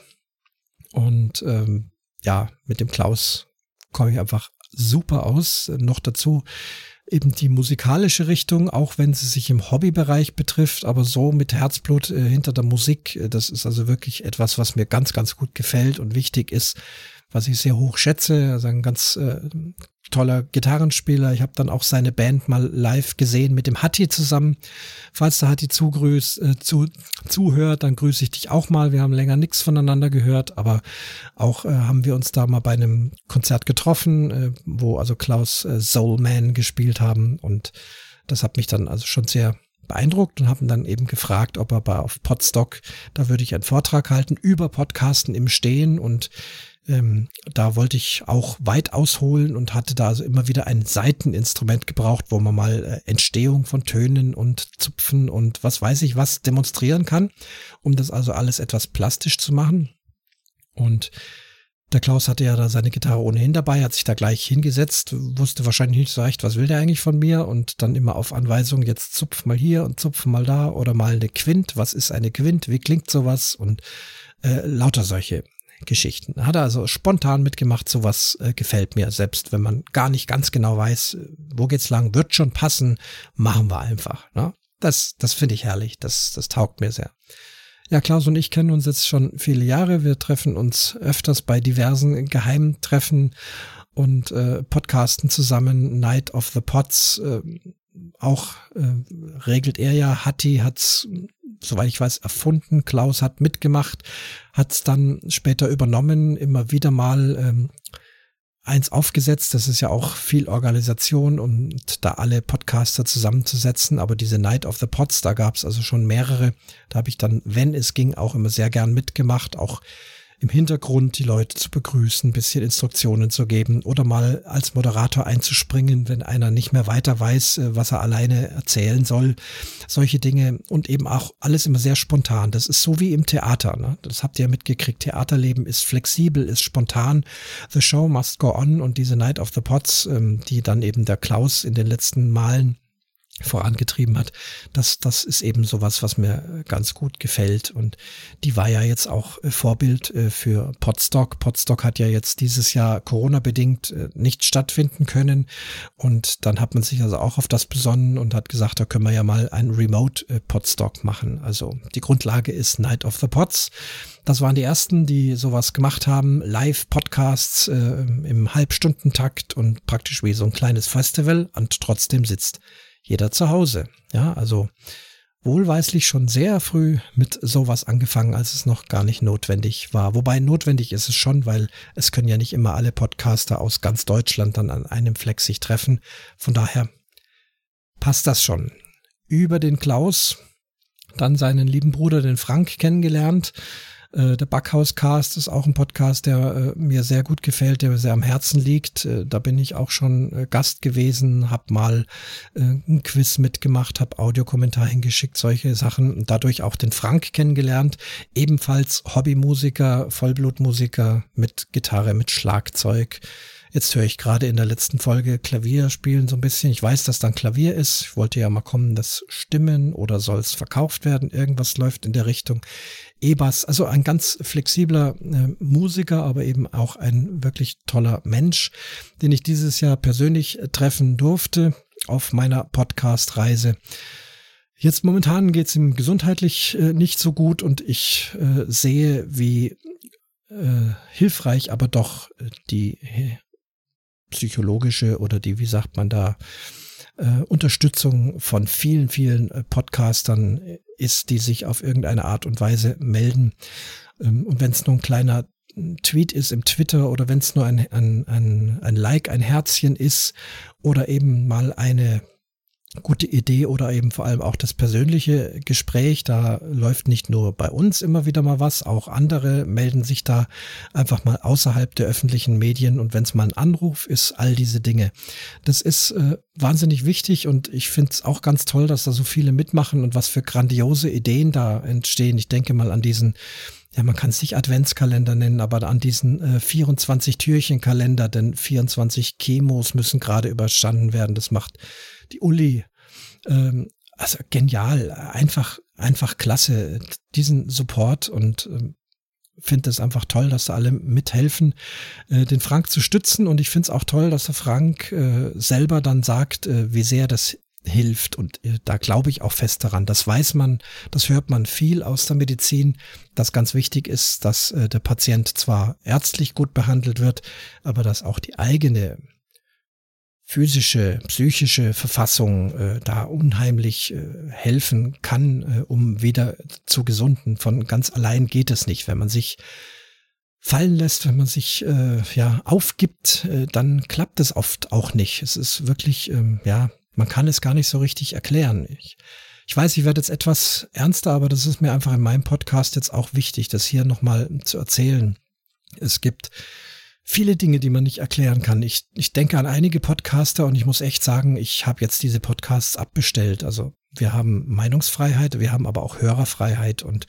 Speaker 1: und ähm, ja, mit dem Klaus komme ich einfach super aus. Noch dazu eben die musikalische Richtung, auch wenn sie sich im Hobbybereich betrifft, aber so mit Herzblut äh, hinter der Musik, das ist also wirklich etwas, was mir ganz, ganz gut gefällt und wichtig ist, was ich sehr hoch schätze. Also ein ganz äh, toller Gitarrenspieler. Ich habe dann auch seine Band mal live gesehen mit dem Hatti zusammen. Falls der Hatti zugrüßt, äh, zu, zuhört, dann grüße ich dich auch mal. Wir haben länger nichts voneinander gehört, aber auch äh, haben wir uns da mal bei einem Konzert getroffen, äh, wo also Klaus äh, Soul Man gespielt haben, und das hat mich dann also schon sehr beeindruckt, und haben dann eben gefragt, ob er bei auf Podstock, da würde ich einen Vortrag halten über Podcasten im Stehen, und Ähm, da wollte ich auch weit ausholen und hatte da also immer wieder ein Saiteninstrument gebraucht, wo man mal äh, Entstehung von Tönen und Zupfen und was weiß ich was demonstrieren kann, um das also alles etwas plastisch zu machen. Und der Klaus hatte ja da seine Gitarre ohnehin dabei, hat sich da gleich hingesetzt, wusste wahrscheinlich nicht so recht, was will der eigentlich von mir, und dann immer auf Anweisung, jetzt zupf mal hier und zupf mal da, oder mal eine Quint, was ist eine Quint, wie klingt sowas, und äh, lauter solche Geschichten. Hat er also spontan mitgemacht, sowas äh, gefällt mir, selbst wenn man gar nicht ganz genau weiß, wo geht's lang, wird schon passen, machen wir einfach. Ne? Das, das finde ich herrlich, das, das taugt mir sehr. Ja, Klaus und ich kennen uns jetzt schon viele Jahre, wir treffen uns öfters bei diversen Geheimtreffen und äh, podcasten zusammen, Night of the Pods, äh, auch äh, regelt er ja, Hatti hat's, soweit ich weiß, erfunden, Klaus hat mitgemacht, hat's dann später übernommen, immer wieder mal ähm, eins aufgesetzt. Das ist ja auch viel Organisation, und da alle Podcaster zusammenzusetzen, aber diese Night of the Pods, da gab's also schon mehrere, da habe ich dann, wenn es ging, auch immer sehr gern mitgemacht, auch im Hintergrund die Leute zu begrüßen, ein bisschen Instruktionen zu geben oder mal als Moderator einzuspringen, wenn einer nicht mehr weiter weiß, was er alleine erzählen soll. Solche Dinge, und eben auch alles immer sehr spontan. Das ist so wie im Theater, ne? Das habt ihr ja mitgekriegt. Theaterleben ist flexibel, ist spontan. The show must go on, und diese Night of the Pods, die dann eben der Klaus in den letzten Malen vorangetrieben hat, das, das ist eben sowas, was mir ganz gut gefällt, und die war ja jetzt auch Vorbild für Podstock. Podstock hat ja jetzt dieses Jahr Corona-bedingt nicht stattfinden können, und dann hat man sich also auch auf das besonnen und hat gesagt, da können wir ja mal ein Remote-Podstock machen. Also die Grundlage ist Night of the Pods. Das waren die ersten, die sowas gemacht haben, Live-Podcasts äh, im Halbstundentakt und praktisch wie so ein kleines Festival, und trotzdem sitzt jeder zu Hause. Ja, also wohlweislich schon sehr früh mit sowas angefangen, als es noch gar nicht notwendig war. Wobei notwendig ist es schon, weil es können ja nicht immer alle Podcaster aus ganz Deutschland dann an einem Fleck sich treffen. Von daher passt das schon. Über den Klaus, dann seinen lieben Bruder, den Frank, kennengelernt. Äh, der Backhauscast ist auch ein Podcast, der äh, mir sehr gut gefällt, der mir sehr am Herzen liegt. Äh, da bin ich auch schon äh, Gast gewesen, habe mal äh, ein Quiz mitgemacht, habe Audiokommentar hingeschickt, solche Sachen. Und dadurch auch den Frank kennengelernt, ebenfalls Hobbymusiker, Vollblutmusiker mit Gitarre, mit Schlagzeug. Jetzt höre ich gerade in der letzten Folge Klavier spielen so ein bisschen. Ich weiß, dass dann Klavier ist. Ich wollte ja mal kommen, das Stimmen oder soll es verkauft werden. Irgendwas läuft in der Richtung. E-Bass, also ein ganz flexibler äh, Musiker, aber eben auch ein wirklich toller Mensch, den ich dieses Jahr persönlich äh, treffen durfte auf meiner Podcast-Reise. Jetzt momentan geht es ihm gesundheitlich äh, nicht so gut, und ich äh, sehe, wie äh, hilfreich aber doch äh, die psychologische oder die, wie sagt man da, äh, Unterstützung von vielen, vielen äh, Podcastern ist, die sich auf irgendeine Art und Weise melden. Ähm, und wenn es nur ein kleiner Tweet ist im Twitter oder wenn es nur ein, ein, ein, ein Like, ein Herzchen ist oder eben mal eine gute Idee oder eben vor allem auch das persönliche Gespräch, da läuft nicht nur bei uns immer wieder mal was, auch andere melden sich da einfach mal außerhalb der öffentlichen Medien und wenn es mal ein Anruf ist, all diese Dinge. Das ist äh, wahnsinnig wichtig und ich finde es auch ganz toll, dass da so viele mitmachen und was für grandiose Ideen da entstehen. Ich denke mal an diesen, ja, man kann es nicht Adventskalender nennen, aber an diesen äh, vierundzwanzig-Türchen-Kalender, denn vierundzwanzig Chemos müssen gerade überstanden werden. Das macht die Uli. Ähm, also genial, einfach, einfach klasse, diesen Support und ähm, finde es einfach toll, dass da alle mithelfen, äh, den Frank zu stützen und ich finde es auch toll, dass der Frank äh, selber dann sagt, äh, wie sehr das hilft und äh, da glaube ich auch fest daran. Das weiß man, das hört man viel aus der Medizin, dass ganz wichtig ist, dass äh, der Patient zwar ärztlich gut behandelt wird, aber dass auch die eigene physische, psychische Verfassung äh, da unheimlich äh, helfen kann, äh, um wieder zu gesunden. Von ganz allein geht es nicht. Wenn man sich fallen lässt, wenn man sich äh, ja aufgibt, äh, dann klappt es oft auch nicht. Es ist wirklich, ähm, ja, man kann es gar nicht so richtig erklären. Ich, ich weiß, ich werde jetzt etwas ernster, aber das ist mir einfach in meinem Podcast jetzt auch wichtig, das hier nochmal zu erzählen. Es gibt viele Dinge, die man nicht erklären kann. Ich, ich denke an einige Podcaster und ich muss echt sagen, ich habe jetzt diese Podcasts abbestellt. Also wir haben Meinungsfreiheit, wir haben aber auch Hörerfreiheit und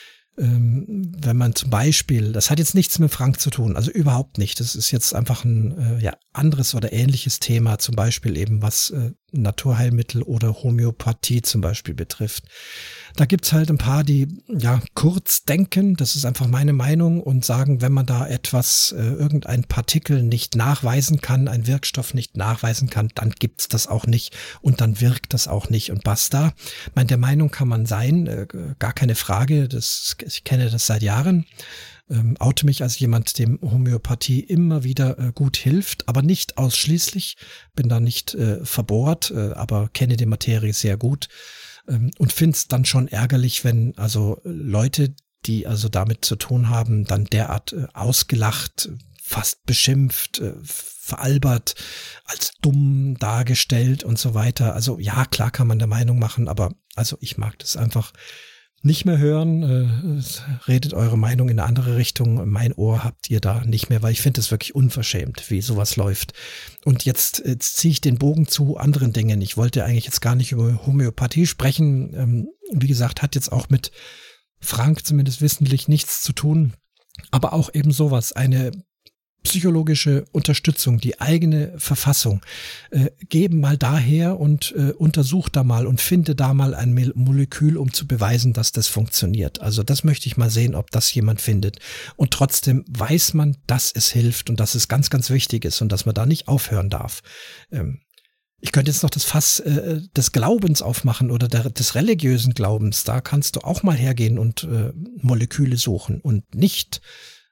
Speaker 1: ähm, wenn man zum Beispiel, das hat jetzt nichts mit Frank zu tun, also überhaupt nicht. Das ist jetzt einfach ein äh, ja, anderes oder ähnliches Thema, zum Beispiel eben was äh, Naturheilmittel oder Homöopathie zum Beispiel betrifft. Da gibt's halt ein paar, die ja kurz denken, das ist einfach meine Meinung und sagen, wenn man da etwas, äh, irgendein Partikel nicht nachweisen kann, ein Wirkstoff nicht nachweisen kann, dann gibt's das auch nicht und dann wirkt das auch nicht und basta. Ich meine, der Meinung kann man sein, äh, gar keine Frage, das, ich kenne das seit Jahren. Ähm, oute mich als jemand, dem Homöopathie immer wieder äh, gut hilft, aber nicht ausschließlich, bin da nicht äh, verbohrt, äh, aber kenne die Materie sehr gut ähm, und finde es dann schon ärgerlich, wenn also Leute, die also damit zu tun haben, dann derart äh, ausgelacht, fast beschimpft, äh, veralbert, als dumm dargestellt und so weiter. Also ja, klar kann man der Meinung machen, aber also ich mag das einfach nicht mehr hören, äh, redet eure Meinung in eine andere Richtung, mein Ohr habt ihr da nicht mehr, weil ich finde es wirklich unverschämt, wie sowas läuft. Und jetzt, jetzt ziehe ich den Bogen zu anderen Dingen. Ich wollte eigentlich jetzt gar nicht über Homöopathie sprechen. Ähm, wie gesagt, hat jetzt auch mit Frank zumindest wissentlich nichts zu tun, aber auch eben sowas, eine psychologische Unterstützung, die eigene Verfassung, äh, geben mal daher und äh, untersucht da mal und finde da mal ein Molekül, um zu beweisen, dass das funktioniert. Also das möchte ich mal sehen, ob das jemand findet. Und trotzdem weiß man, dass es hilft und dass es ganz, ganz wichtig ist und dass man da nicht aufhören darf. Ähm, ich könnte jetzt noch das Fass äh, des Glaubens aufmachen oder der, des religiösen Glaubens. Da kannst du auch mal hergehen und äh, Moleküle suchen und nicht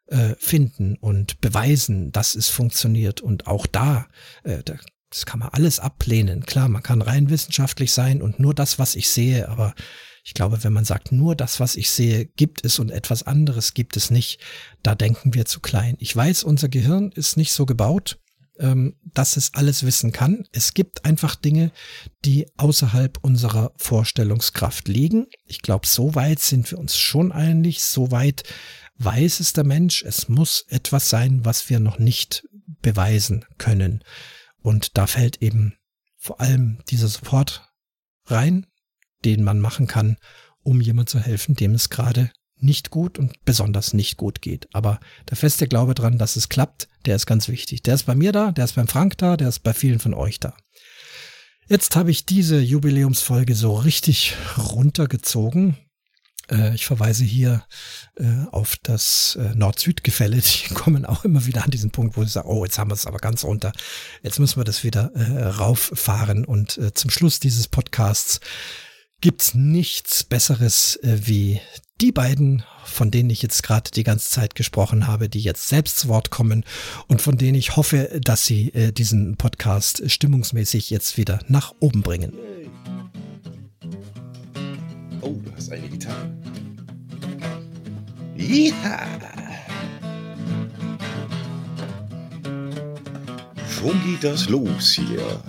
Speaker 1: finden und beweisen, dass es funktioniert. Und auch da, äh, das kann man alles ablehnen. Klar, man kann rein wissenschaftlich sein und nur das, was ich sehe, aber ich glaube, wenn man sagt, nur das, was ich sehe, gibt es und etwas anderes gibt es nicht, da denken wir zu klein. Ich weiß, unser Gehirn ist nicht so gebaut, ähm, dass es alles wissen kann. Es gibt einfach Dinge, die außerhalb unserer Vorstellungskraft liegen. Ich glaube, so weit sind wir uns schon einig, so weit weiß es der Mensch, es muss etwas sein, was wir noch nicht beweisen können. Und da fällt eben vor allem dieser Support rein, den man machen kann, um jemand zu helfen, dem es gerade nicht gut und besonders nicht gut geht. Aber der feste Glaube dran, dass es klappt, der ist ganz wichtig. Der ist bei mir da, der ist beim Frank da, der ist bei vielen von euch da. Jetzt habe ich diese Jubiläumsfolge so richtig runtergezogen. Ich verweise hier äh, auf das äh, Nord-Süd-Gefälle. Die kommen auch immer wieder an diesen Punkt, wo sie sagen, oh, jetzt haben wir es aber ganz runter. Jetzt müssen wir das wieder äh, rauffahren. Und äh, zum Schluss dieses Podcasts gibt's nichts Besseres äh, wie die beiden, von denen ich jetzt gerade die ganze Zeit gesprochen habe, die jetzt selbst zu Wort kommen und von denen ich hoffe, dass sie äh, diesen Podcast stimmungsmäßig jetzt wieder nach oben bringen.
Speaker 6: Oh, du hast eine Gitarre. Ja. Schon geht das los hier.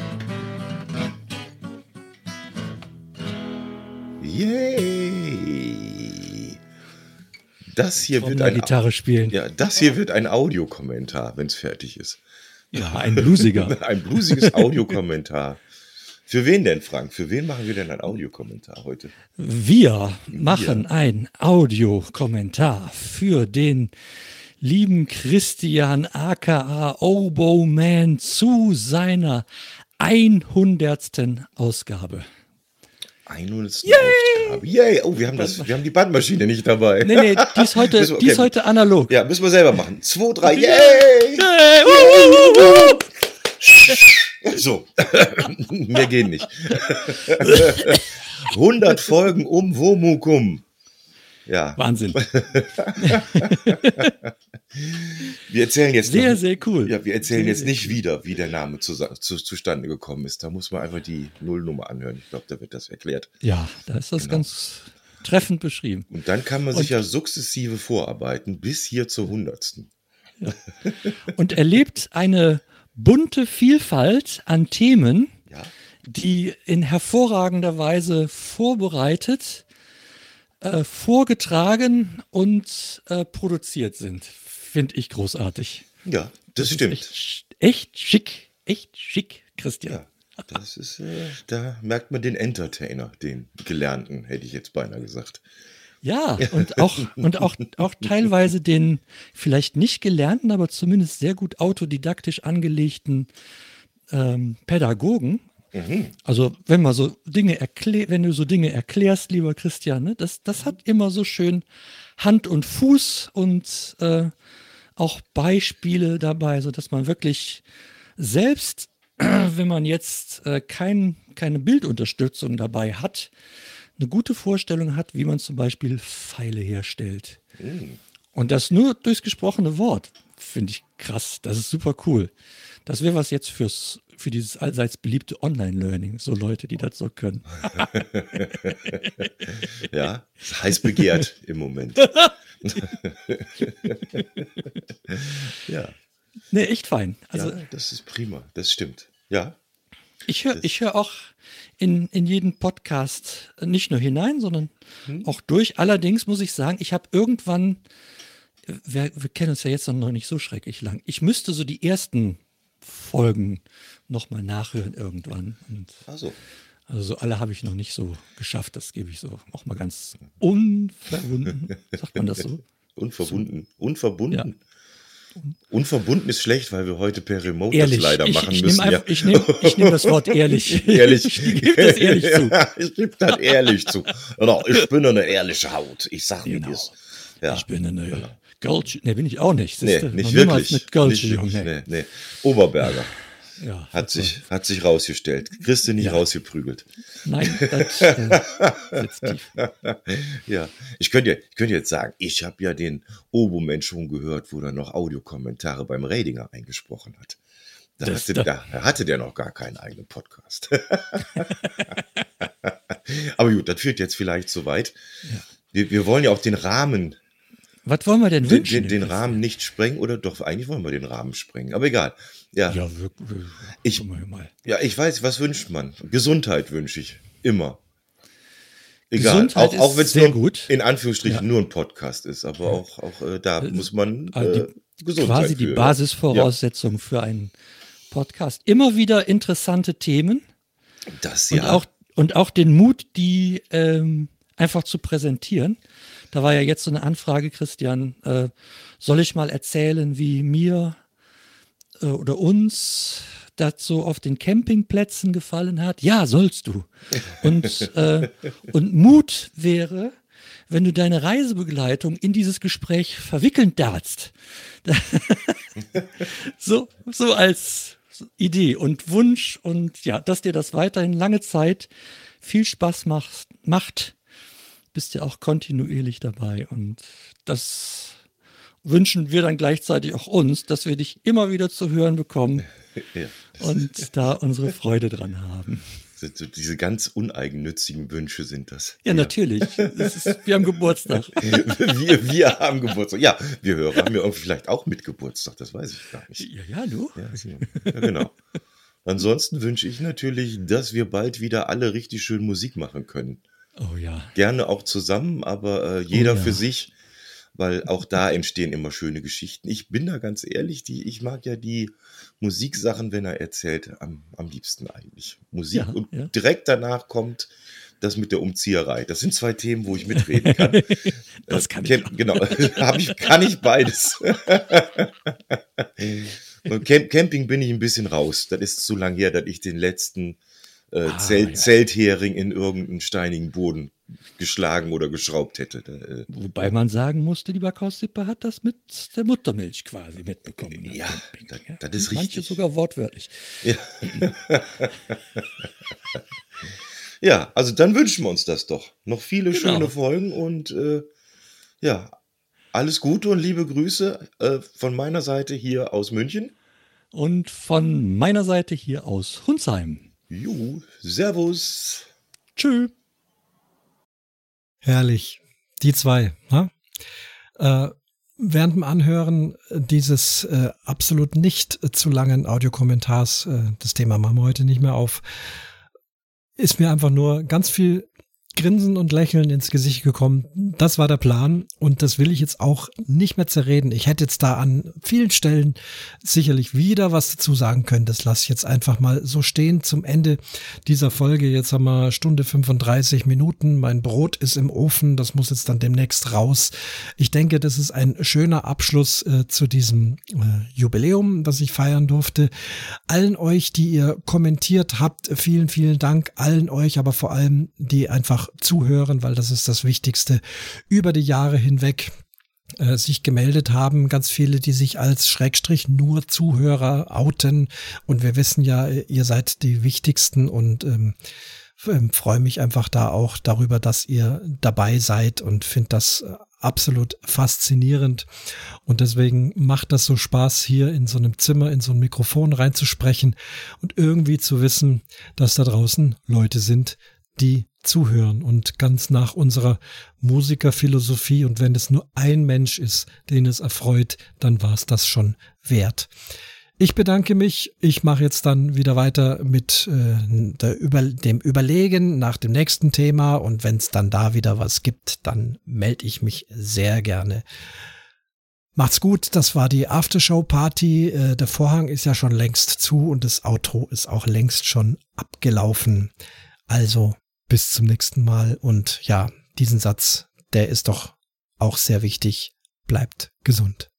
Speaker 6: Yay! Das hier wird ein
Speaker 4: Gitarre spielen.
Speaker 6: Ja, das hier wird ein Audiokommentar, wenn es fertig ist.
Speaker 4: Ja, ein bluesiger.
Speaker 6: Ein bluesiges Audiokommentar. Für wen denn, Frank? Für wen machen wir denn ein Audiokommentar heute?
Speaker 4: Wir machen ein Audiokommentar für den lieben Christian aka Oboe-Man zu seiner hundertsten Ausgabe.
Speaker 6: hundertste Ausgabe. Yay! Oh, wir haben, das, wir haben die Bandmaschine nicht dabei.
Speaker 4: Nee, nee, die ist heute, wir, okay. die ist heute analog.
Speaker 6: Ja, müssen wir selber machen. Zwei, drei, yay!
Speaker 4: Yay! Uh, uh, uh.
Speaker 6: So, mehr gehen nicht. hundert Folgen um Womukum. Ja.
Speaker 4: Wahnsinn.
Speaker 6: Wir erzählen jetzt
Speaker 4: sehr,
Speaker 6: noch,
Speaker 4: sehr cool.
Speaker 6: Ja, wir erzählen
Speaker 4: sehr,
Speaker 6: jetzt nicht cool. wieder, wie der Name zu, zu, zustande gekommen ist. Da muss man einfach die Nullnummer anhören. Ich glaube, da wird das erklärt.
Speaker 4: Ja, da ist das genau. ganz treffend beschrieben.
Speaker 6: Und dann kann man Und, sich ja sukzessive vorarbeiten bis hier zur hundertsten.
Speaker 4: Ja. Und erlebt eine bunte Vielfalt an Themen,
Speaker 6: ja.
Speaker 4: die in hervorragender Weise vorbereitet, äh, vorgetragen und äh, produziert sind. Finde ich großartig.
Speaker 6: Ja, das, das stimmt.
Speaker 4: Echt, echt schick, echt schick, Christian.
Speaker 6: Ja, das ist, äh, da merkt man den Entertainer, den Gelernten, hätte ich jetzt beinahe gesagt.
Speaker 4: Ja, und auch, und auch, auch teilweise den vielleicht nicht gelernten, aber zumindest sehr gut autodidaktisch angelegten ähm, Pädagogen. Mhm. Also wenn man so Dinge erklär, wenn du so Dinge erklärst, lieber Christian, ne, das, das hat immer so schön Hand und Fuß und äh, auch Beispiele dabei, sodass man wirklich selbst, wenn man jetzt äh, kein, keine Bildunterstützung dabei hat, eine gute Vorstellung hat, wie man zum Beispiel Pfeile herstellt. Mm. Und das nur durchs gesprochene Wort. Finde ich krass. Das ist super cool. Das wäre was jetzt fürs, für dieses allseits beliebte Online-Learning. So Leute, die das so können.
Speaker 6: Ja, ist heiß begehrt im Moment. Ja.
Speaker 4: Nee, echt fein. Also,
Speaker 6: ja, das ist prima. Das stimmt. Ja.
Speaker 4: Ich höre ich hör auch in, in jeden Podcast nicht nur hinein, sondern hm. auch durch. Allerdings muss ich sagen, ich habe irgendwann, wir, wir kennen uns ja jetzt noch nicht so schrecklich lang, ich müsste so die ersten Folgen nochmal nachhören irgendwann. Und
Speaker 6: Ach so.
Speaker 4: Also so alle habe ich noch nicht so geschafft, das gebe ich so auch mal ganz unverbunden. Sagt man das so?
Speaker 6: Unverbunden. Unverbunden.
Speaker 4: Ja.
Speaker 6: Unverbunden ist schlecht, weil wir heute per Remote
Speaker 4: ehrlich.
Speaker 6: das leider
Speaker 4: ich,
Speaker 6: machen
Speaker 4: ich
Speaker 6: müssen.
Speaker 4: Nehm einfach, ja. Ich nehme ich nehm das Wort ehrlich.
Speaker 6: Ehrlich.
Speaker 4: Ich gebe das ehrlich zu.
Speaker 6: Ja, ich gebe das ehrlich zu. Genau, ich bin eine ehrliche Haut. Ich sag mir
Speaker 4: Genau.
Speaker 6: das. Ja.
Speaker 4: Ich bin eine genau. Gölsche. Ne, bin ich auch nicht.
Speaker 6: Nee,
Speaker 4: Siehste?
Speaker 6: nicht
Speaker 4: Noch
Speaker 6: wirklich.
Speaker 4: Mit Gölsche,
Speaker 6: nicht
Speaker 4: Junge.
Speaker 6: wirklich. Nee, nee. Oberberger.
Speaker 4: Ja,
Speaker 6: hat, sich, hat sich rausgestellt. Kriegst du nicht
Speaker 4: ja.
Speaker 6: rausgeprügelt.
Speaker 4: Nein, das äh, sitzt tief.
Speaker 6: Ja, ich könnte, ich könnte jetzt sagen, ich habe ja den Oboe-Man schon gehört, wo er noch Audiokommentare beim Redinger eingesprochen hat. Da hatte, da, da hatte der noch gar keinen eigenen Podcast. Aber gut, das führt jetzt vielleicht zu weit. Ja. Wir, wir wollen ja auch den Rahmen
Speaker 4: Was wollen wir denn wünschen?
Speaker 6: Den, den Rahmen nicht sprengen oder doch, eigentlich wollen wir den Rahmen sprengen, aber egal. Ja,
Speaker 4: ja wirklich.
Speaker 6: Ich, ja, ich weiß, was wünscht man? Gesundheit wünsche ich, immer. Egal,
Speaker 4: Gesundheit
Speaker 6: auch, auch wenn es nur
Speaker 4: gut.
Speaker 6: in Anführungsstrichen
Speaker 4: ja.
Speaker 6: nur ein Podcast ist, aber ja. auch, auch äh, da muss man äh,
Speaker 4: die,
Speaker 6: Gesundheit
Speaker 4: quasi
Speaker 6: für,
Speaker 4: die Basisvoraussetzung ja. für einen Podcast. Immer wieder interessante Themen.
Speaker 6: Das ja.
Speaker 4: Und auch, und auch den Mut, die ähm, einfach zu präsentieren. Da war ja jetzt so eine Anfrage, Christian, äh, soll ich mal erzählen, wie mir äh, oder uns das so auf den Campingplätzen gefallen hat? Ja, sollst du. Und, äh, und Mut wäre, wenn du deine Reisebegleitung in dieses Gespräch verwickeln darfst. so, so als Idee und Wunsch und ja, dass dir das weiterhin lange Zeit viel Spaß macht, macht
Speaker 7: bist ja auch kontinuierlich dabei und das wünschen wir dann gleichzeitig auch uns, dass wir dich immer wieder zu hören bekommen ja, und da unsere Freude dran haben.
Speaker 6: So diese ganz uneigennützigen Wünsche sind das.
Speaker 7: Ja, ja. Natürlich. Das ist, wir haben Geburtstag.
Speaker 6: wir, wir haben Geburtstag. Ja, wir Hörer haben ja irgendwie vielleicht auch mit Geburtstag, das weiß ich gar nicht.
Speaker 7: Ja, ja, du.
Speaker 6: Ja, so. Ja, genau. Ansonsten wünsche ich natürlich, dass wir bald wieder alle richtig schön Musik machen können.
Speaker 7: Oh ja.
Speaker 6: Gerne auch zusammen, aber äh, jeder
Speaker 7: oh ja.
Speaker 6: für sich, weil auch da entstehen immer schöne Geschichten. Ich bin da ganz ehrlich, die, ich mag ja die Musiksachen, wenn er erzählt, am, am liebsten eigentlich. Musik
Speaker 7: ja,
Speaker 6: und
Speaker 7: ja.
Speaker 6: direkt danach kommt das mit der Umzieherei. Das sind zwei Themen, wo ich mitreden kann.
Speaker 7: Das kann
Speaker 6: äh,
Speaker 7: ich auch.
Speaker 6: Genau, hab ich, kann ich beides. Und Camp- Camping bin ich ein bisschen raus. Das ist zu lang her, dass ich den letzten äh,
Speaker 7: ah,
Speaker 6: Zelt,
Speaker 7: ja.
Speaker 6: Zelthering in irgendeinen steinigen Boden geschlagen oder geschraubt hätte. Da, äh,
Speaker 7: Wobei man sagen musste, die Backhaus-Sippe hat das mit der Muttermilch quasi mitbekommen.
Speaker 6: Ja,
Speaker 7: Camping,
Speaker 6: das,
Speaker 7: ja.
Speaker 6: das ist
Speaker 7: Manche
Speaker 6: richtig.
Speaker 7: sogar wortwörtlich.
Speaker 6: Ja. Ja, also dann wünschen wir uns das doch. Noch viele
Speaker 7: Genau.
Speaker 6: schöne Folgen und äh, ja, alles Gute und liebe Grüße äh, von meiner Seite hier aus München.
Speaker 7: Und von meiner Seite hier aus Hunsheim.
Speaker 6: Juhu, Servus.
Speaker 7: Tschö.
Speaker 1: Herrlich. Die zwei. Ne? Äh, während dem Anhören dieses äh, absolut nicht äh, zu langen Audiokommentars, äh, das Thema machen wir heute nicht mehr auf, ist mir einfach nur ganz viel Grinsen und Lächeln ins Gesicht gekommen. Das war der Plan und das will ich jetzt auch nicht mehr zerreden. Ich hätte jetzt da an vielen Stellen sicherlich wieder was dazu sagen können. Das lasse ich jetzt einfach mal so stehen zum Ende dieser Folge. Jetzt haben wir Stunde fünfunddreißig Minuten. Mein Brot ist im Ofen. Das muss jetzt dann demnächst raus. Ich denke, das ist ein schöner Abschluss äh, zu diesem äh, Jubiläum, das ich feiern durfte. Allen euch, die ihr kommentiert habt, vielen, vielen Dank. Allen euch, aber vor allem, die einfach zuhören, weil das ist das Wichtigste, über die Jahre hinweg äh, sich gemeldet haben. Ganz viele, die sich als Schrägstrich nur Zuhörer outen. Und wir wissen ja, ihr seid die Wichtigsten und ähm, freue mich einfach da auch darüber, dass ihr dabei seid und finde das absolut faszinierend. Und deswegen macht das so Spaß, hier in so einem Zimmer, in so ein Mikrofon reinzusprechen und irgendwie zu wissen, dass da draußen Leute sind, die zuhören und ganz nach unserer Musikerphilosophie. Und wenn es nur ein Mensch ist, den es erfreut, dann war es das schon wert. Ich bedanke mich. Ich mache jetzt dann wieder weiter mit äh, der Über- dem Überlegen nach dem nächsten Thema. Und wenn es dann da wieder was gibt, dann melde ich mich sehr gerne. Macht's gut. Das war die Aftershow-Party. Äh, der Vorhang ist ja schon längst zu und das Outro ist auch längst schon abgelaufen. Also bis zum nächsten Mal. Und ja, diesen Satz, der ist doch auch sehr wichtig. Bleibt gesund.